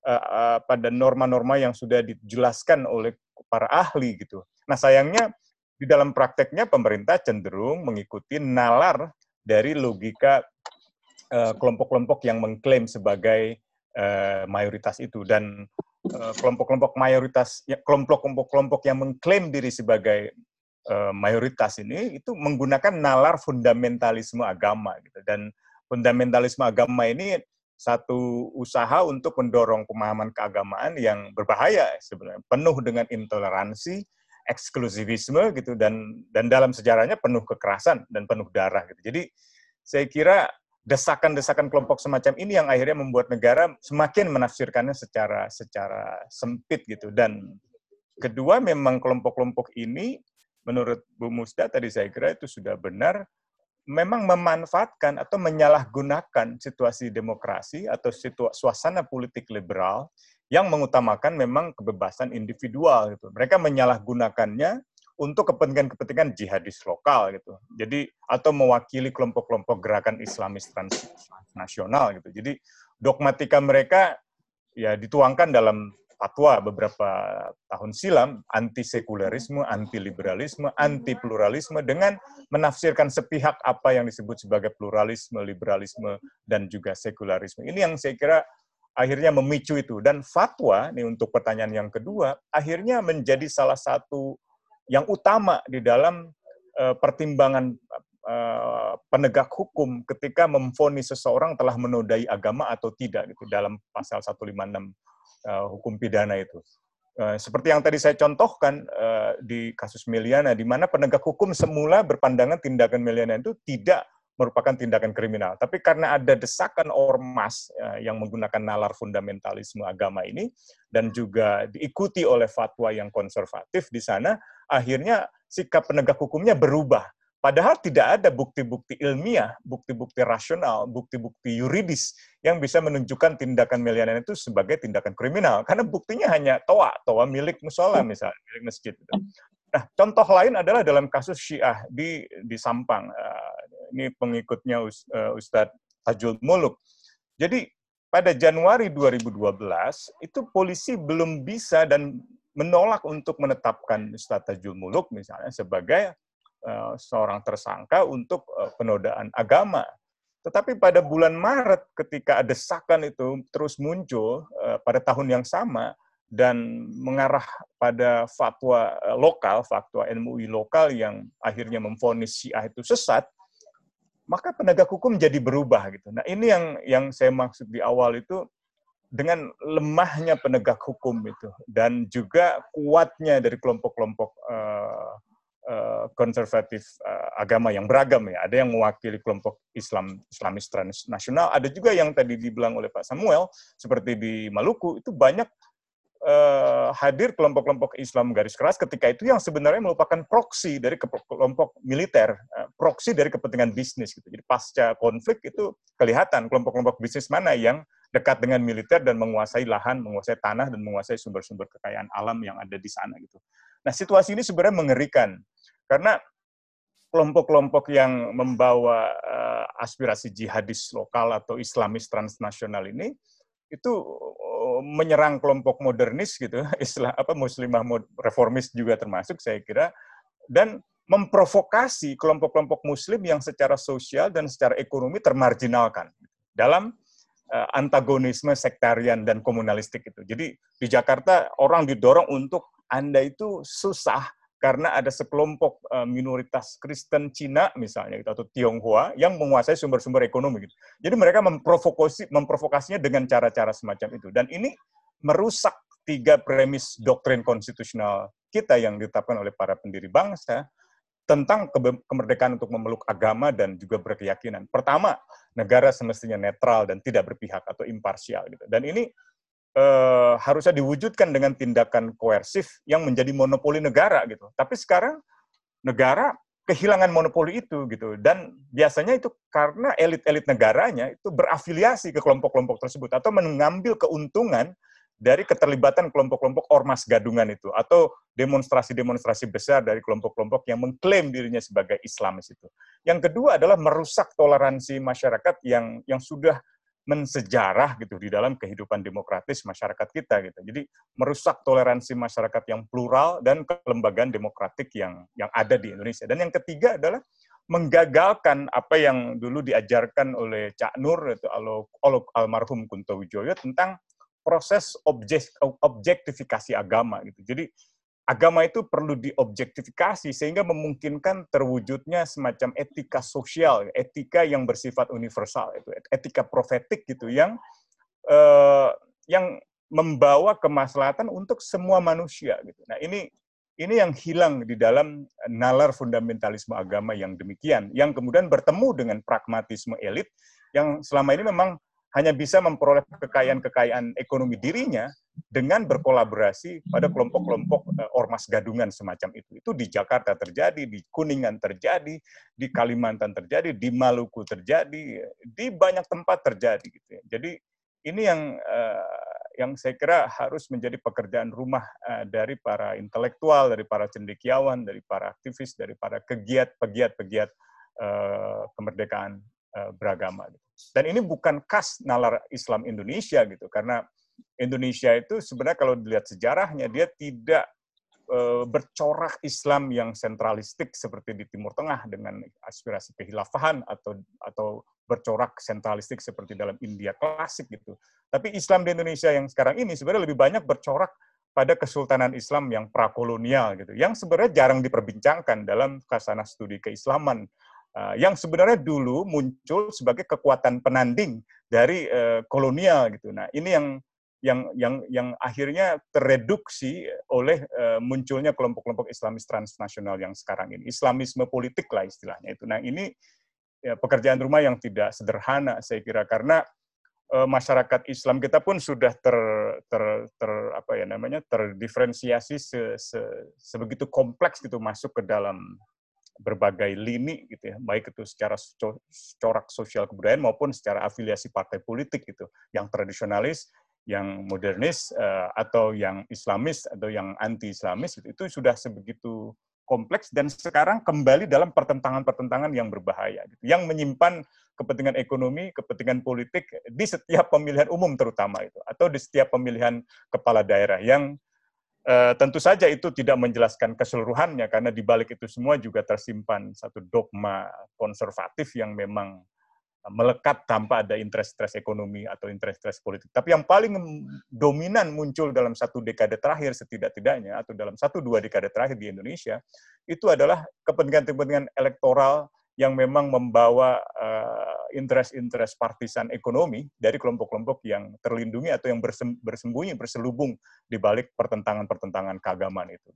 norma-norma yang sudah dijelaskan oleh para ahli gitu. Nah sayangnya di dalam prakteknya pemerintah cenderung mengikuti nalar dari logika kelompok-kelompok yang mengklaim sebagai mayoritas itu, dan kelompok-kelompok mayoritas, kelompok-kelompok yang mengklaim diri sebagai mayoritas ini itu menggunakan nalar fundamentalisme agama gitu. Dan fundamentalisme agama ini satu usaha untuk mendorong pemahaman keagamaan yang berbahaya sebenarnya, penuh dengan intoleransi, eksklusivisme gitu, dan dalam sejarahnya penuh kekerasan dan penuh darah gitu. Jadi saya kira desakan-desakan kelompok semacam ini yang akhirnya membuat negara semakin menafsirkannya secara sempit gitu. Dan kedua, memang kelompok-kelompok ini menurut Bu Musda tadi saya kira itu sudah benar, memang memanfaatkan atau menyalahgunakan situasi demokrasi atau suasana politik liberal yang mengutamakan memang kebebasan individual gitu. Mereka menyalahgunakannya untuk kepentingan-kepentingan jihadis lokal gitu. Jadi atau mewakili kelompok-kelompok gerakan Islamis transnasional gitu. Jadi dogmatika mereka ya dituangkan dalam fatwa beberapa tahun silam, anti-sekularisme, anti-liberalisme, anti-pluralisme, dengan menafsirkan sepihak apa yang disebut sebagai pluralisme, liberalisme, dan juga sekularisme. Ini yang saya kira akhirnya memicu itu. Dan fatwa, ini untuk pertanyaan yang kedua, akhirnya menjadi salah satu yang utama di dalam pertimbangan penegak hukum ketika memvonis seseorang telah menodai agama atau tidak gitu, dalam pasal 156 hukum pidana itu. Seperti yang tadi saya contohkan di kasus Meliana, di mana penegak hukum semula berpandangan tindakan Meliana itu tidak merupakan tindakan kriminal. Tapi karena ada desakan ormas yang menggunakan nalar fundamentalisme agama ini, dan juga diikuti oleh fatwa yang konservatif di sana, akhirnya sikap penegak hukumnya berubah. Padahal tidak ada bukti-bukti ilmiah, bukti-bukti rasional, bukti-bukti yuridis yang bisa menunjukkan tindakan Meliana itu sebagai tindakan kriminal. Karena buktinya hanya toa milik musola misalnya, milik masjid. Nah, contoh lain adalah dalam kasus Syiah di Sampang. Ini pengikutnya Ustadz Tajul Muluk. Jadi pada Januari 2012 itu polisi belum bisa dan menolak untuk menetapkan Ustadz Tajul Muluk misalnya sebagai seorang tersangka untuk penodaan agama. Tetapi pada bulan Maret ketika desakan itu terus muncul pada tahun yang sama dan mengarah pada fatwa lokal, fatwa MUI lokal yang akhirnya memvonis Syiah itu sesat, maka penegak hukum jadi berubah gitu. Nah, ini yang saya maksud di awal itu, dengan lemahnya penegak hukum itu dan juga kuatnya dari kelompok-kelompok konservatif agama yang beragam ya. Ada yang mewakili kelompok Islamis transnasional, ada juga yang tadi dibilang oleh Pak Samuel seperti di Maluku itu banyak hadir kelompok-kelompok Islam garis keras ketika itu yang sebenarnya merupakan proksi dari kelompok militer, proksi dari kepentingan bisnis gitu. Jadi pasca konflik itu kelihatan kelompok-kelompok bisnis mana yang dekat dengan militer dan menguasai lahan, menguasai tanah, dan menguasai sumber-sumber kekayaan alam yang ada di sana gitu. Nah, situasi ini sebenarnya mengerikan karena kelompok-kelompok yang membawa aspirasi jihadis lokal atau Islamis transnasional ini itu menyerang kelompok modernis gitu, muslimah reformis juga termasuk saya kira, dan memprovokasi kelompok-kelompok muslim yang secara sosial dan secara ekonomi termarginalkan dalam antagonisme sektarian dan komunalistik itu. Jadi di Jakarta orang didorong untuk Anda itu susah karena ada sekelompok minoritas Kristen Cina misalnya gitu, atau Tionghoa yang menguasai sumber-sumber ekonomi gitu. Jadi mereka memprovokasinya dengan cara-cara semacam itu, dan ini merusak tiga premis doktrin konstitusional kita yang ditetapkan oleh para pendiri bangsa tentang kemerdekaan untuk memeluk agama dan juga berkeyakinan. Pertama, negara semestinya netral dan tidak berpihak atau imparsial gitu. Dan ini harusnya diwujudkan dengan tindakan koersif yang menjadi monopoli negara gitu. Tapi sekarang negara kehilangan monopoli itu gitu, dan biasanya itu karena elit-elit negaranya itu berafiliasi ke kelompok-kelompok tersebut atau mengambil keuntungan dari keterlibatan kelompok-kelompok ormas gadungan itu atau demonstrasi-demonstrasi besar dari kelompok-kelompok yang mengklaim dirinya sebagai Islamis itu. Yang kedua adalah merusak toleransi masyarakat yang sudah mensejarah gitu di dalam kehidupan demokratis masyarakat kita gitu. Jadi merusak toleransi masyarakat yang plural dan kelembagaan demokratik yang ada di Indonesia. Dan yang ketiga adalah menggagalkan apa yang dulu diajarkan oleh Cak Nur atau almarhum Kunto Wijoyo tentang proses objektifikasi agama gitu. Jadi agama itu perlu diobjektifikasi sehingga memungkinkan terwujudnya semacam etika sosial, etika yang bersifat universal, itu etika profetik gitu yang membawa kemaslahatan untuk semua manusia gitu. Nah, ini yang hilang di dalam nalar fundamentalisme agama yang demikian, yang kemudian bertemu dengan pragmatisme elit yang selama ini memang hanya bisa memperoleh kekayaan ekonomi dirinya dengan berkolaborasi pada kelompok-kelompok ormas gadungan semacam itu. Itu di Jakarta terjadi, di Kuningan terjadi, di Kalimantan terjadi, di Maluku terjadi, di banyak tempat terjadi gitu ya. Jadi ini yang saya kira harus menjadi pekerjaan rumah dari para intelektual, dari para cendekiawan, dari para aktivis, dari para pegiat kemerdekaan beragama. Dan ini bukan khas nalar Islam Indonesia gitu, karena Indonesia itu sebenarnya kalau dilihat sejarahnya dia tidak bercorak Islam yang sentralistik seperti di Timur Tengah dengan aspirasi kehilafahan atau bercorak sentralistik seperti dalam India klasik gitu. Tapi Islam di Indonesia yang sekarang ini sebenarnya lebih banyak bercorak pada kesultanan Islam yang prakolonial gitu, yang sebenarnya jarang diperbincangkan dalam khasanah studi keislaman. Yang sebenarnya dulu muncul sebagai kekuatan penanding dari kolonial gitu. Nah, ini yang akhirnya tereduksi oleh munculnya kelompok-kelompok Islamis transnasional yang sekarang ini. Islamisme politik lah istilahnya itu. Nah, ini ya, pekerjaan rumah yang tidak sederhana saya kira, karena masyarakat Islam kita pun sudah terdiferensiasi sebegitu kompleks gitu masuk ke dalam berbagai lini gitu ya, baik itu secara corak sosial kebudayaan maupun secara afiliasi partai politik gitu, yang tradisionalis, yang modernis, atau yang Islamis atau yang anti-Islamis itu sudah sebegitu kompleks dan sekarang kembali dalam pertentangan-pertentangan yang berbahaya gitu, yang menyimpan kepentingan ekonomi, kepentingan politik di setiap pemilihan umum terutama itu, atau di setiap pemilihan kepala daerah yang tentu saja itu tidak menjelaskan keseluruhannya, karena di balik itu semua juga tersimpan satu dogma konservatif yang memang melekat tanpa ada interest ekonomi atau interest politik. Tapi yang paling dominan muncul dalam satu dekade terakhir setidak-tidaknya, atau dalam 1-2 dekade terakhir di Indonesia, itu adalah kepentingan-kepentingan elektoral yang memang membawa interest partisan ekonomi dari kelompok-kelompok yang terlindungi atau yang bersembunyi, berselubung di balik pertentangan-pertentangan keagamaan itu.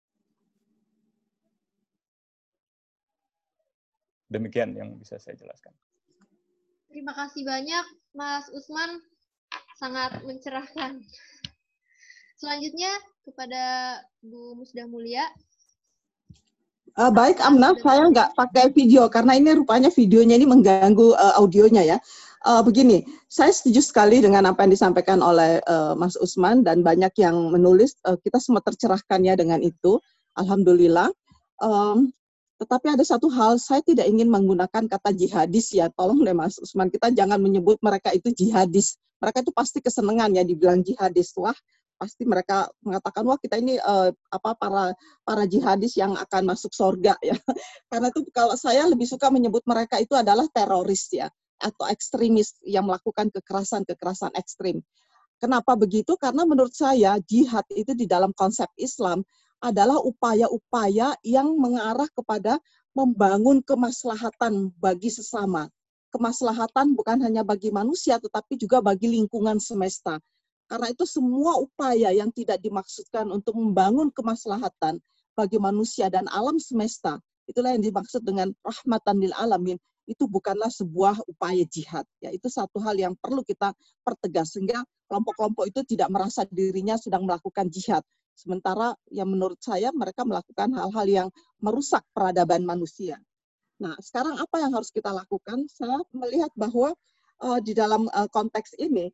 Demikian yang bisa saya jelaskan. Terima kasih banyak, Mas Usman. Sangat mencerahkan. Selanjutnya, kepada Bu Musdah Mulia. Baik, Amna, saya nggak pakai video karena ini rupanya videonya ini mengganggu audionya ya. Begini, saya setuju sekali dengan apa yang disampaikan oleh Mas Usman dan banyak yang menulis, kita semua tercerahkan ya dengan itu, alhamdulillah. Tetapi ada satu hal, saya tidak ingin menggunakan kata jihadis ya, tolong deh Mas Usman, kita jangan menyebut mereka itu jihadis. Mereka itu pasti kesenangan ya dibilang jihadis, wah pasti mereka mengatakan wah kita ini para jihadis yang akan masuk surga ya. Karena itu kalau saya lebih suka menyebut mereka itu adalah teroris ya, atau ekstremis yang melakukan kekerasan ekstrim. Kenapa begitu? Karena menurut saya jihad itu di dalam konsep Islam adalah upaya-upaya yang mengarah kepada membangun kemaslahatan bagi sesama. Kemaslahatan bukan hanya bagi manusia tetapi juga bagi lingkungan semesta. Karena itu semua upaya yang tidak dimaksudkan untuk membangun kemaslahatan bagi manusia dan alam semesta, itulah yang dimaksud dengan rahmatan lil alamin, itu bukanlah sebuah upaya jihad. Ya, itu satu hal yang perlu kita pertegas sehingga kelompok-kelompok itu tidak merasa dirinya sedang melakukan jihad. Sementara yang menurut saya mereka melakukan hal-hal yang merusak peradaban manusia. Nah, sekarang apa yang harus kita lakukan? Saya melihat bahwa di dalam konteks ini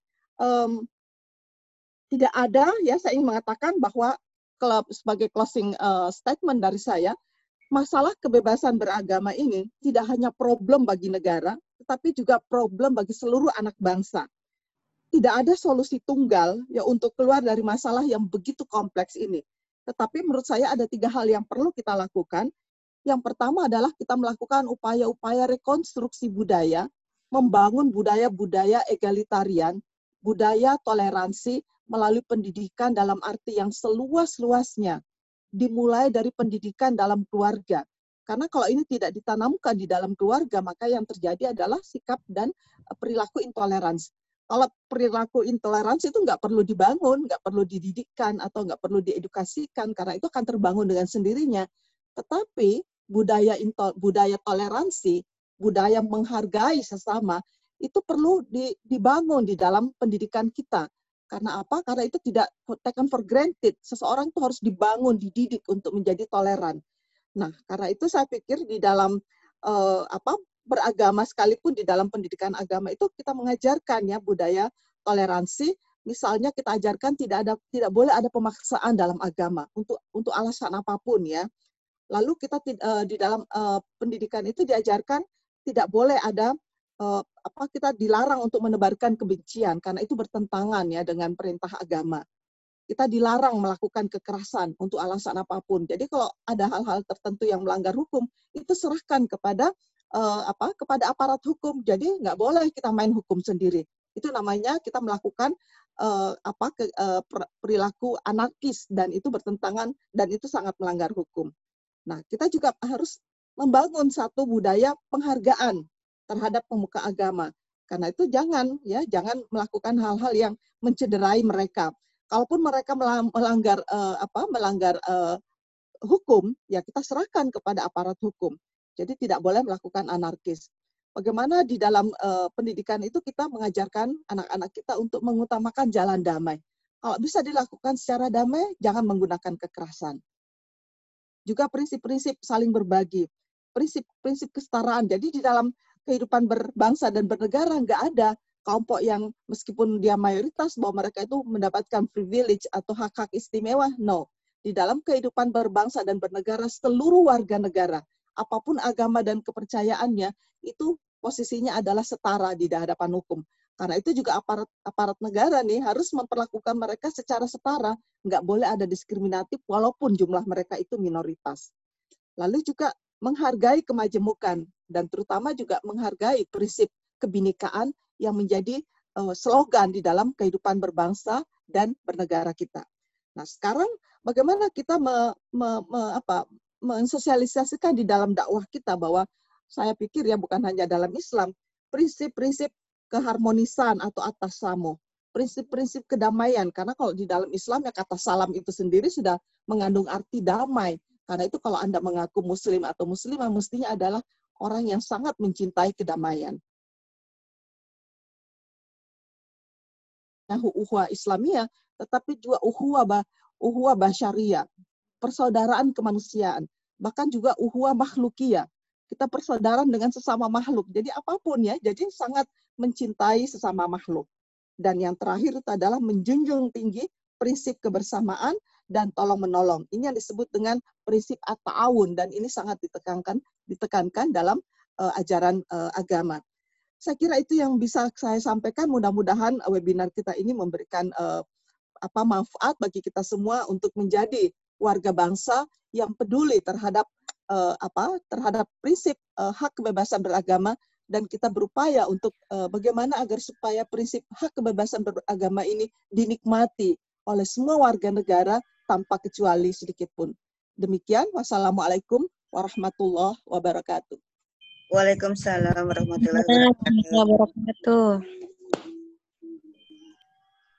tidak ada, ya saya ingin mengatakan bahwa sebagai closing statement dari saya, masalah kebebasan beragama ini tidak hanya problem bagi negara, tetapi juga problem bagi seluruh anak bangsa. Tidak ada solusi tunggal ya untuk keluar dari masalah yang begitu kompleks ini. Tetapi menurut saya ada 3 hal yang perlu kita lakukan. Yang pertama adalah kita melakukan upaya-upaya rekonstruksi budaya, membangun budaya-budaya egalitarian, budaya toleransi melalui pendidikan dalam arti yang seluas-luasnya, dimulai dari pendidikan dalam keluarga. Karena kalau ini tidak ditanamkan di dalam keluarga, maka yang terjadi adalah sikap dan perilaku intoleransi. Kalau perilaku intoleransi itu nggak perlu dibangun, nggak perlu dididikkan, atau nggak perlu diedukasikan, karena itu akan terbangun dengan sendirinya. Tetapi budaya toleransi, budaya menghargai sesama, itu perlu dibangun di dalam pendidikan kita. Karena apa? Karena itu tidak taken for granted. Seseorang itu harus dibangun, dididik untuk menjadi toleran. Nah, karena itu saya pikir di dalam beragama sekalipun di dalam pendidikan agama itu kita mengajarkan ya budaya toleransi. Misalnya kita ajarkan tidak boleh ada pemaksaan dalam agama untuk alasan apapun ya. Lalu kita di dalam pendidikan itu diajarkan tidak boleh ada kita dilarang untuk menebarkan kebencian karena itu bertentangan ya dengan perintah agama. Kita dilarang melakukan kekerasan untuk alasan apapun. Jadi kalau ada hal-hal tertentu yang melanggar hukum, itu serahkan kepada kepada aparat hukum. Jadi nggak boleh kita main hukum sendiri. Itu namanya kita melakukan perilaku anarkis dan itu bertentangan dan itu sangat melanggar hukum. Nah, kita juga harus membangun satu budaya penghargaan terhadap pemuka agama. Karena itu jangan melakukan hal-hal yang mencederai mereka. Kalaupun mereka melanggar hukum, ya kita serahkan kepada aparat hukum. Jadi tidak boleh melakukan anarkis. Bagaimana di dalam pendidikan itu kita mengajarkan anak-anak kita untuk mengutamakan jalan damai. Kalau bisa dilakukan secara damai, jangan menggunakan kekerasan. Juga prinsip-prinsip saling berbagi, prinsip-prinsip kesetaraan. Jadi di dalam kehidupan berbangsa dan bernegara nggak ada kelompok yang meskipun dia mayoritas bahwa mereka itu mendapatkan privilege atau hak-hak istimewa. No. Di dalam kehidupan berbangsa dan bernegara, seluruh warga negara, apapun agama dan kepercayaannya, itu posisinya adalah setara di hadapan hukum. Karena itu juga aparat negara nih harus memperlakukan mereka secara setara. Nggak boleh ada diskriminatif walaupun jumlah mereka itu minoritas. Lalu juga menghargai kemajemukan dan terutama juga menghargai prinsip kebinekaan yang menjadi slogan di dalam kehidupan berbangsa dan bernegara kita. Nah, sekarang bagaimana kita mensosialisasikan di dalam dakwah kita bahwa saya pikir ya bukan hanya dalam Islam, prinsip-prinsip keharmonisan atau at-tasamuh, prinsip-prinsip kedamaian, karena kalau di dalam Islam ya kata salam itu sendiri sudah mengandung arti damai. Karena itu kalau Anda mengaku muslim atau muslimah, mestinya adalah orang yang sangat mencintai kedamaian. Uhuwah Islamiyah, tetapi juga uhuwah basyariyah, persaudaraan kemanusiaan, bahkan juga uhuwah makhlukiyah. Kita persaudaraan dengan sesama makhluk. Jadi apapun ya, jadi sangat mencintai sesama makhluk. Dan yang terakhir itu adalah menjunjung tinggi prinsip kebersamaan dan tolong-menolong. Ini yang disebut dengan prinsip at-ta'awun dan ini sangat ditekankan dalam ajaran agama. Saya kira itu yang bisa saya sampaikan. Mudah-mudahan webinar kita ini memberikan manfaat bagi kita semua untuk menjadi warga bangsa yang peduli terhadap terhadap prinsip hak kebebasan beragama dan kita berupaya untuk bagaimana agar supaya prinsip hak kebebasan beragama ini dinikmati oleh semua warga negara tanpa kecuali sedikit pun. Demikian, wassalamualaikum warahmatullahi wabarakatuh. Waalaikumsalam warahmatullahi wabarakatuh.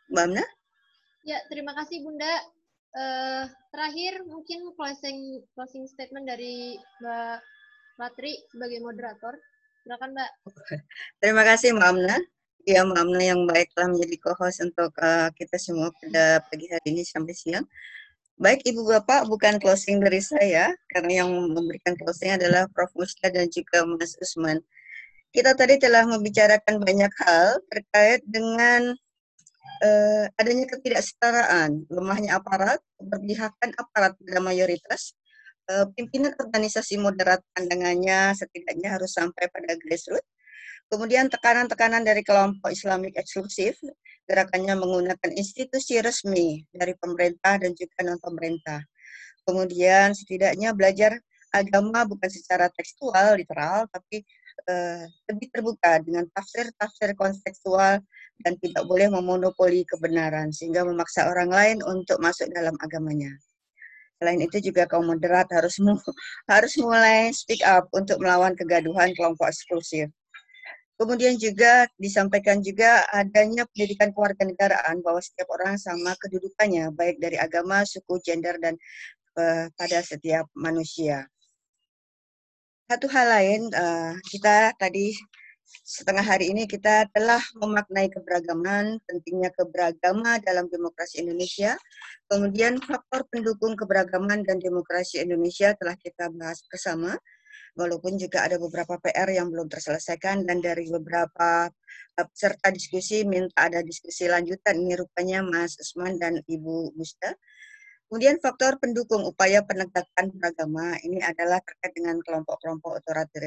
Mbak Amna? Ya, terima kasih Bunda. Terakhir mungkin closing statement dari Mbak Ratri sebagai moderator. Silakan Mbak. Terima kasih Mbak Amna. Ya, Mbak Amna yang baik telah menjadi co-host untuk kita semua pada pagi hari ini sampai siang. Baik Ibu Bapak, bukan closing dari saya, karena yang memberikan closing adalah Prof. Musda dan juga Mas Usman. Kita tadi telah membicarakan banyak hal terkait dengan adanya ketidaksetaraan, lemahnya aparat, keberpihakan aparat pada mayoritas, pimpinan organisasi moderat pandangannya setidaknya harus sampai pada grassroots, kemudian tekanan-tekanan dari kelompok Islamik eksklusif, gerakannya menggunakan institusi resmi dari pemerintah dan juga non-pemerintah. Kemudian setidaknya belajar agama bukan secara tekstual, literal, tapi lebih terbuka dengan tafsir-tafsir kontekstual dan tidak boleh memonopoli kebenaran sehingga memaksa orang lain untuk masuk dalam agamanya. Selain itu juga kaum moderat harus mulai speak up untuk melawan kegaduhan kelompok eksklusif. Kemudian juga disampaikan juga adanya pendidikan kewarganegaraan bahwa setiap orang sama kedudukannya baik dari agama, suku, gender dan pada setiap manusia. Satu hal lain, kita tadi setengah hari ini kita telah memaknai keberagaman, pentingnya keberagaman dalam demokrasi Indonesia. Kemudian faktor pendukung keberagaman dan demokrasi Indonesia telah kita bahas bersama, walaupun juga ada beberapa PR yang belum terselesaikan dan dari beberapa peserta diskusi minta ada diskusi lanjutan. Ini rupanya Mas Usman dan Ibu Musda. Kemudian faktor pendukung upaya penegakan beragama ini adalah terkait dengan kelompok-kelompok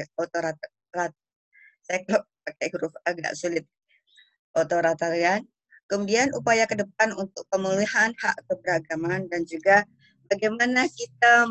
saya kalau pakai huruf agak sulit, otoritarian. Kemudian upaya ke depan untuk pemulihan hak keberagaman dan juga bagaimana kita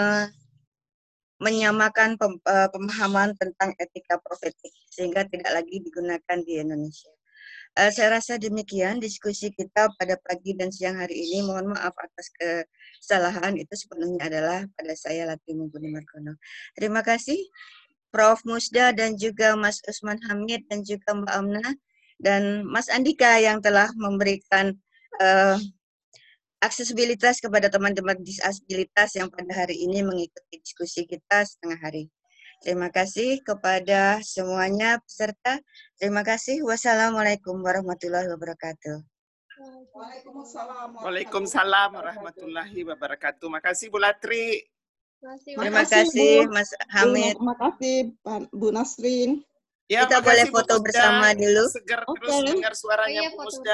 menyamakan pemahaman tentang etika profetik sehingga tidak lagi digunakan di Indonesia. Saya rasa demikian diskusi kita pada pagi dan siang hari ini. Mohon maaf atas kesalahan, itu sepenuhnya adalah pada saya Latri Mumpuni Margono. Terima kasih Prof. Musda dan juga Mas Usman Hamid dan juga Mbak Amna dan Mas Andika yang telah memberikan aksesibilitas kepada teman-teman disabilitas yang pada hari ini mengikuti diskusi kita setengah hari. Terima kasih kepada semuanya peserta. Terima kasih. Wassalamualaikum warahmatullahi wabarakatuh. Waalaikumsalam warahmatullahi wabarakatuh. Makasih Bu Latri. Terima kasih Mas Hamid. Terima kasih Bu Nasrin. Ya, kita boleh foto Bu bersama dulu. Segar terus dengar suaranya Bu Musda.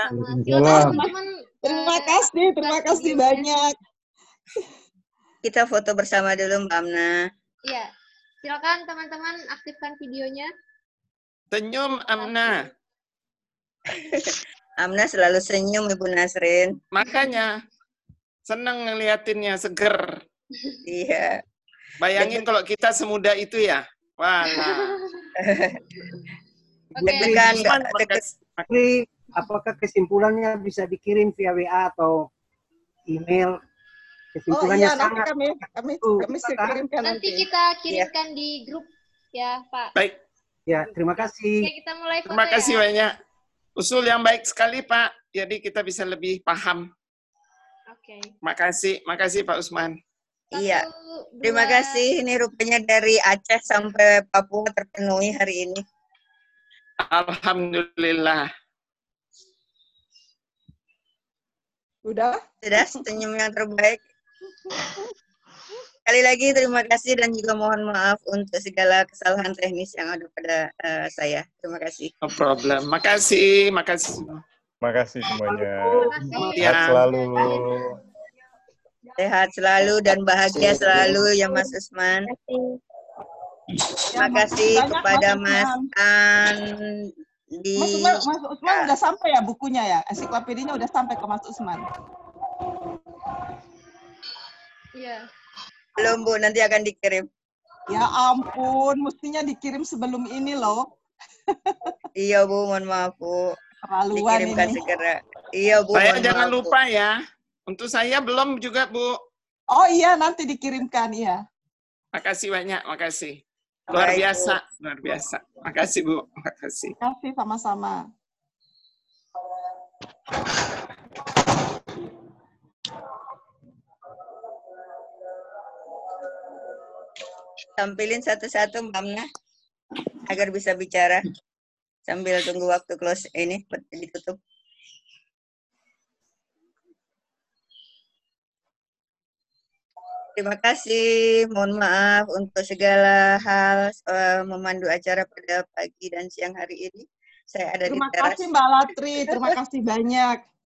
Terima kasih banyak. Kita foto bersama dulu Mbak Amna. Iya. Silakan teman-teman aktifkan videonya. Senyum Amna. Amna selalu senyum Ibu Nasrin. Makanya senang ngeliatinnya seger. Iya. Bayangin kalau kita semuda itu ya. Walah. Tapi apakah kesimpulannya bisa dikirim via WA atau email? Kesimpulannya sangat. Kami kirimkan nanti kita kirimkan di grup ya Pak. Baik. Ya, terima kasih. Oke, kita mulai foto. Terima kasih banyak. Usul yang baik sekali Pak. Jadi kita bisa lebih paham. Oke. Makasih Pak Usman. Iya. Terima kasih. Ini rupanya dari Aceh sampai Papua terpenuhi hari ini. Alhamdulillah. Sudah senyum yang terbaik. Sekali lagi terima kasih dan juga mohon maaf untuk segala kesalahan teknis yang ada pada saya. Terima kasih. No problem. Makasih. Makasih semuanya. Sehat selalu. Sehat selalu dan bahagia selalu ya Mas Usman. Terima kasih kepada Mas Andi. Mas Usman udah sampai ya bukunya ya? Ensiklopedianya udah sampai ke Mas Usman? Iya. Belum Bu, nanti akan dikirim. Ya ampun, mestinya dikirim sebelum ini loh. Iya Bu, mohon maaf Bu. Terlaluan dikirimkan ini. segera. Iya Bu. Saya jangan lupa ya. Untuk saya belum juga Bu. Oh iya, nanti dikirimkan ya. Makasih banyak, makasih. Luar biasa, luar biasa. Makasih Bu, makasih. Terima kasih sama-sama. Tampilin satu-satu Mbak Amna agar bisa bicara sambil tunggu waktu close ini ditutup. Terima kasih, mohon maaf untuk segala hal memandu acara pada pagi dan siang hari ini. Saya ada Terima di teras. kasih Mbak Latri, terima kasih banyak.